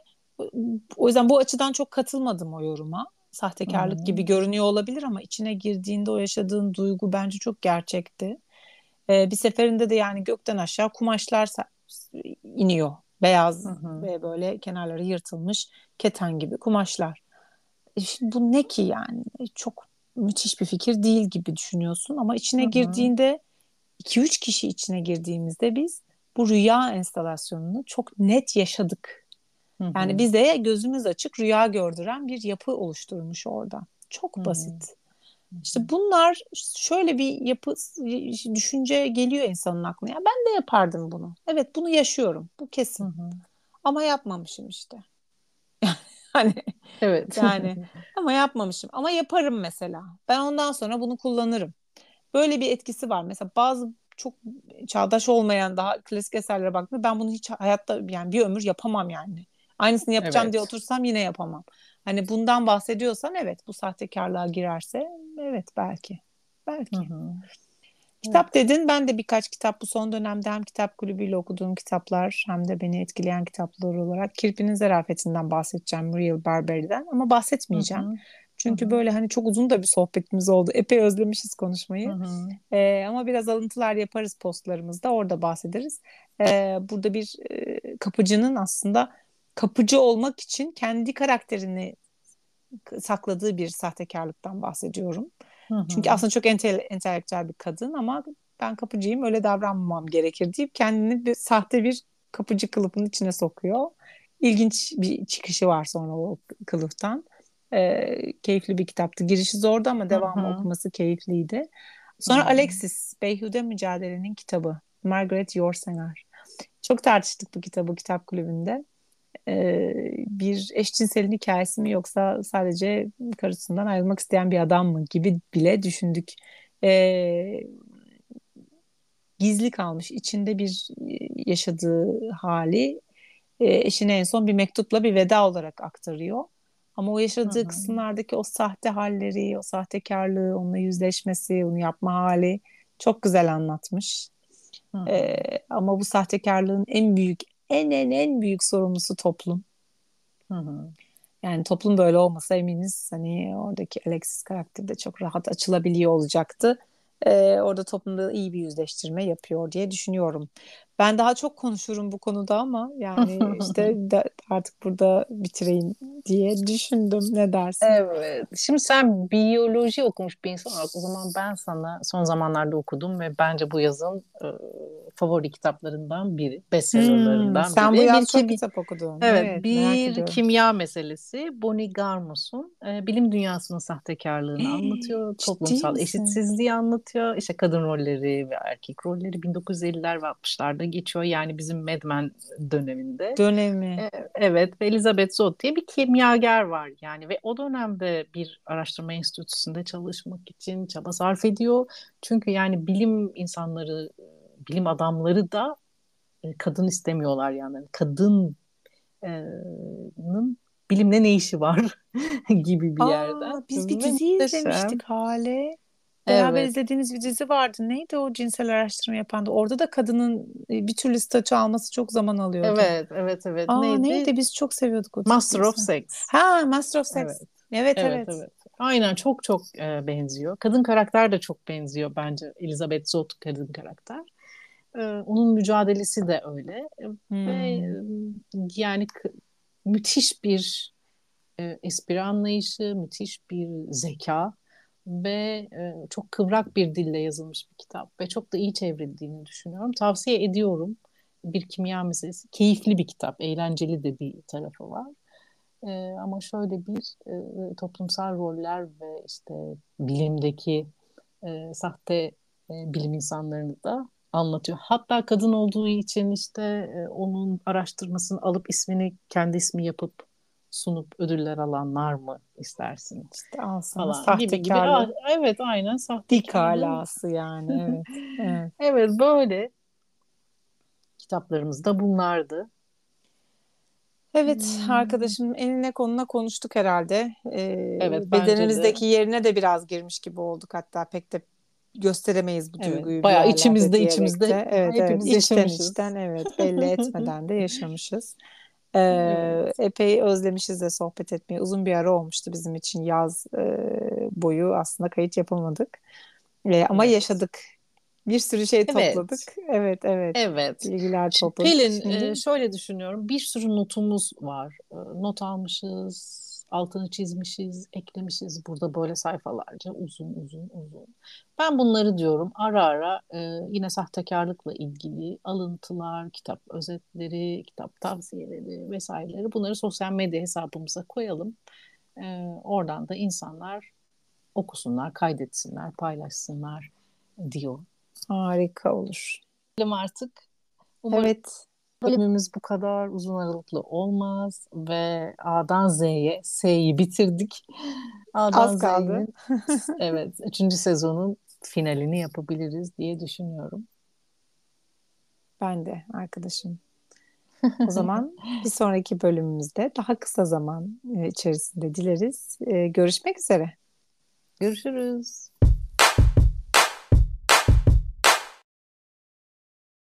O yüzden bu açıdan çok katılmadım o yoruma. Hı Sahtekarlık hı. gibi görünüyor olabilir ama içine girdiğinde o yaşadığın duygu bence çok gerçekti. Ee, bir seferinde de yani gökten aşağı kumaşlar sa- iniyor. Hı Beyaz hı. ve böyle kenarları yırtılmış keten gibi kumaşlar. E şimdi bu ne ki yani? E, Çok müthiş bir fikir değil gibi düşünüyorsun ama Hı içine hı. girdiğinde iki üç kişi içine girdiğimizde biz bu rüya enstalasyonunu çok net yaşadık. Hı Yani hı. bize gözümüz açık rüya gördüren bir yapı oluşturmuş orada. Hı Çok hı. basit. İşte bunlar şöyle bir yapı düşünce geliyor insanın aklına. Ya ben de yapardım bunu. Evet bunu yaşıyorum. Bu Hı kesin. hı. Ama yapmamışım işte. Hani Evet. yani ama yapmamışım. Ama yaparım mesela. Ben ondan sonra bunu kullanırım. Böyle bir etkisi var. Mesela bazı çok çağdaş olmayan daha klasik eserlere baktığımda ben bunu hiç hayatta yani bir ömür yapamam yani. Aynısını yapacağım diye Evet. otursam yine yapamam. Hani bundan bahsediyorsan evet, bu sahtekarlığa girerse evet, belki. Hı Belki. hı. Kitap Evet. dedin. Ben de birkaç kitap bu son dönemde hem kitap kulübüyle okuduğum kitaplar hem de beni etkileyen kitaplar olarak Kirpi'nin Zarafetinden bahsedeceğim. Real Barbari'den, ama Hı bahsetmeyeceğim. hı. Hı Çünkü hı. böyle hani çok uzun da bir sohbetimiz oldu. Epey özlemişiz Hı konuşmayı. hı. Ee, ama biraz alıntılar yaparız postlarımızda. Orada bahsederiz. Ee, burada bir e, kapıcının aslında kapıcı olmak için kendi karakterini sakladığı bir sahtekarlıktan bahsediyorum. Hı Çünkü hı. aslında çok ente- entelektüel bir kadın, ama ben kapıcıyım, öyle davranmamam gerekir deyip kendini bir sahte bir kapıcı kılıfının içine sokuyor. İlginç bir çıkışı var sonra o kılıftan. Ee, keyifli bir kitaptı. Girişi zordu ama Hı devamı hı. okuması keyifliydi. Hı Sonra hı. Alexis, Beyhude Mücadele'nin kitabı. Margaret Yourcenar. Çok tartıştık bu kitabı kitap kulübünde. Ee, bir eşcinselin hikayesi mi, yoksa sadece karısından ayrılmak isteyen bir adam mı gibi bile düşündük. Ee, Gizli kalmış içinde bir e, yaşadığı hali e, eşine en son bir mektupla bir veda olarak aktarıyor. Ama o Hı yaşadığı hı. kısımlardaki o sahte halleri, o sahtekarlığı, onunla yüzleşmesi, onu yapma hali çok güzel anlatmış. Hı hı. Ee, ama bu sahtekarlığın en büyük, en en en büyük sorumlusu toplum. Hı hı. Yani toplum böyle olmasa eminiz hani oradaki Alexis karakteri de çok rahat açılabiliyor olacaktı. Ee, orada toplumda iyi bir yüzleştirme yapıyor diye düşünüyorum. Ben daha çok konuşurum bu konuda, ama yani işte de- artık burada bitireyim diye düşündüm. Ne dersin? Evet. Şimdi sen biyoloji okumuş bir insan olarak o zaman ben sana son zamanlarda okudum ve bence bu yazın e, favori kitaplarından biri, Hmm, bestsellerlarından sen bu biri. Bir yaz çok kimi kitap okudun. Evet, Evet, merak bir ediyorum. kimya meselesi. Bonnie Garmus'un e, bilim dünyasının sahtekarlığını anlatıyor, Ciddi toplumsal misin? eşitsizliği anlatıyor. İşte kadın rolleri ve erkek rolleri bin dokuz yüz elliler ve altmışlarda geçiyor. Yani bizim Mad Men döneminde. Dönemi. E, evet, ve Elizabeth Zott diye bir kimyager var yani ve o dönemde bir araştırma enstitüsünde çalışmak için çaba sarf ediyor. Çünkü yani bilim insanları, bilim adamları da e, kadın istemiyorlar yani. Kadın nın bilimle ne işi var gibi bir yerden. Aa, biz bir Ve dizi muhteşem. izlemiştik Hale. Beraber Evet. izlediğimiz bir dizi vardı. Neydi o cinsel araştırma yapan da? Orada da kadının e, bir türlü statü alması çok zaman alıyordu. Evet, evet, evet. Aa, Neydi? neydi? Biz çok seviyorduk o Master diziyi. of Sen. Sex. Ha, Master of Evet. Sex. Evet, Evet, evet. evet. Aynen çok çok e, benziyor. Kadın karakter de çok benziyor bence. Elizabeth Zott kadın karakter. E, onun mücadelesi de öyle. E, ve Hmm. e, yani k- müthiş bir e, espri anlayışı, müthiş bir zeka ve e, çok kıvrak bir dille yazılmış bir kitap ve çok da iyi çevrildiğini düşünüyorum. Tavsiye ediyorum. Bir kimya meselesi. Keyifli bir kitap, eğlenceli de bir tarafı var. E, ama şöyle bir e, toplumsal roller ve işte bilimdeki e, sahte e, bilim insanlarını da anlatıyor. Hatta kadın olduğu için işte e, onun araştırmasını alıp ismini kendi ismi yapıp sunup ödüller alanlar mı istersin İşte al sana falan gibi gibi. Aa, sahtekarlığın evet aynen dik sahtekarlığın. alası yani. Evet. Evet. Evet böyle kitaplarımız da bunlardı. Evet Hmm, arkadaşım, enine konuna konuştuk herhalde. Ee, evet bence de. bedenimizdeki yerine de biraz girmiş gibi olduk. Hatta pek de gösteremeyiz bu Evet duyguyu bir bayağı yerlerde içimizde diyerek içimizde de. Evet, evet, hepimiz içten yaşamışız. içten, evet, belli etmeden de yaşamışız. Evet. Ee, epey özlemişiz de sohbet etmeyi. Uzun bir ara olmuştu bizim için, yaz e, boyu aslında kayıt yapamadık. Ee, ama Evet. yaşadık. Bir sürü şey Evet. topladık. Evet, evet. Evet. Bilgiler Şimdi topladık. Pelin Şimdi e, şöyle düşünüyorum. Bir sürü notumuz var. E, Not almışız, altını çizmişiz, eklemişiz. Burada böyle sayfalarca uzun uzun uzun. Ben bunları diyorum ara ara e, yine sahtekarlıkla ilgili alıntılar, kitap özetleri, kitap tavsiyeleri vesaireleri bunları sosyal medya hesabımıza koyalım. E, Oradan da insanlar okusunlar, kaydetsinler, paylaşsınlar diyor. harika olur. Artık. Umarım Evet. bölümümüz bu kadar uzun aralıklı olmaz ve A'dan Z'ye S'yi bitirdik. Az A'dan kaldı. Z'nin evet üçüncü sezonun finalini yapabiliriz diye düşünüyorum. Ben de arkadaşım. O zaman bir sonraki bölümümüzde daha kısa zaman e, içerisinde dileriz. E, görüşmek üzere. Görüşürüz.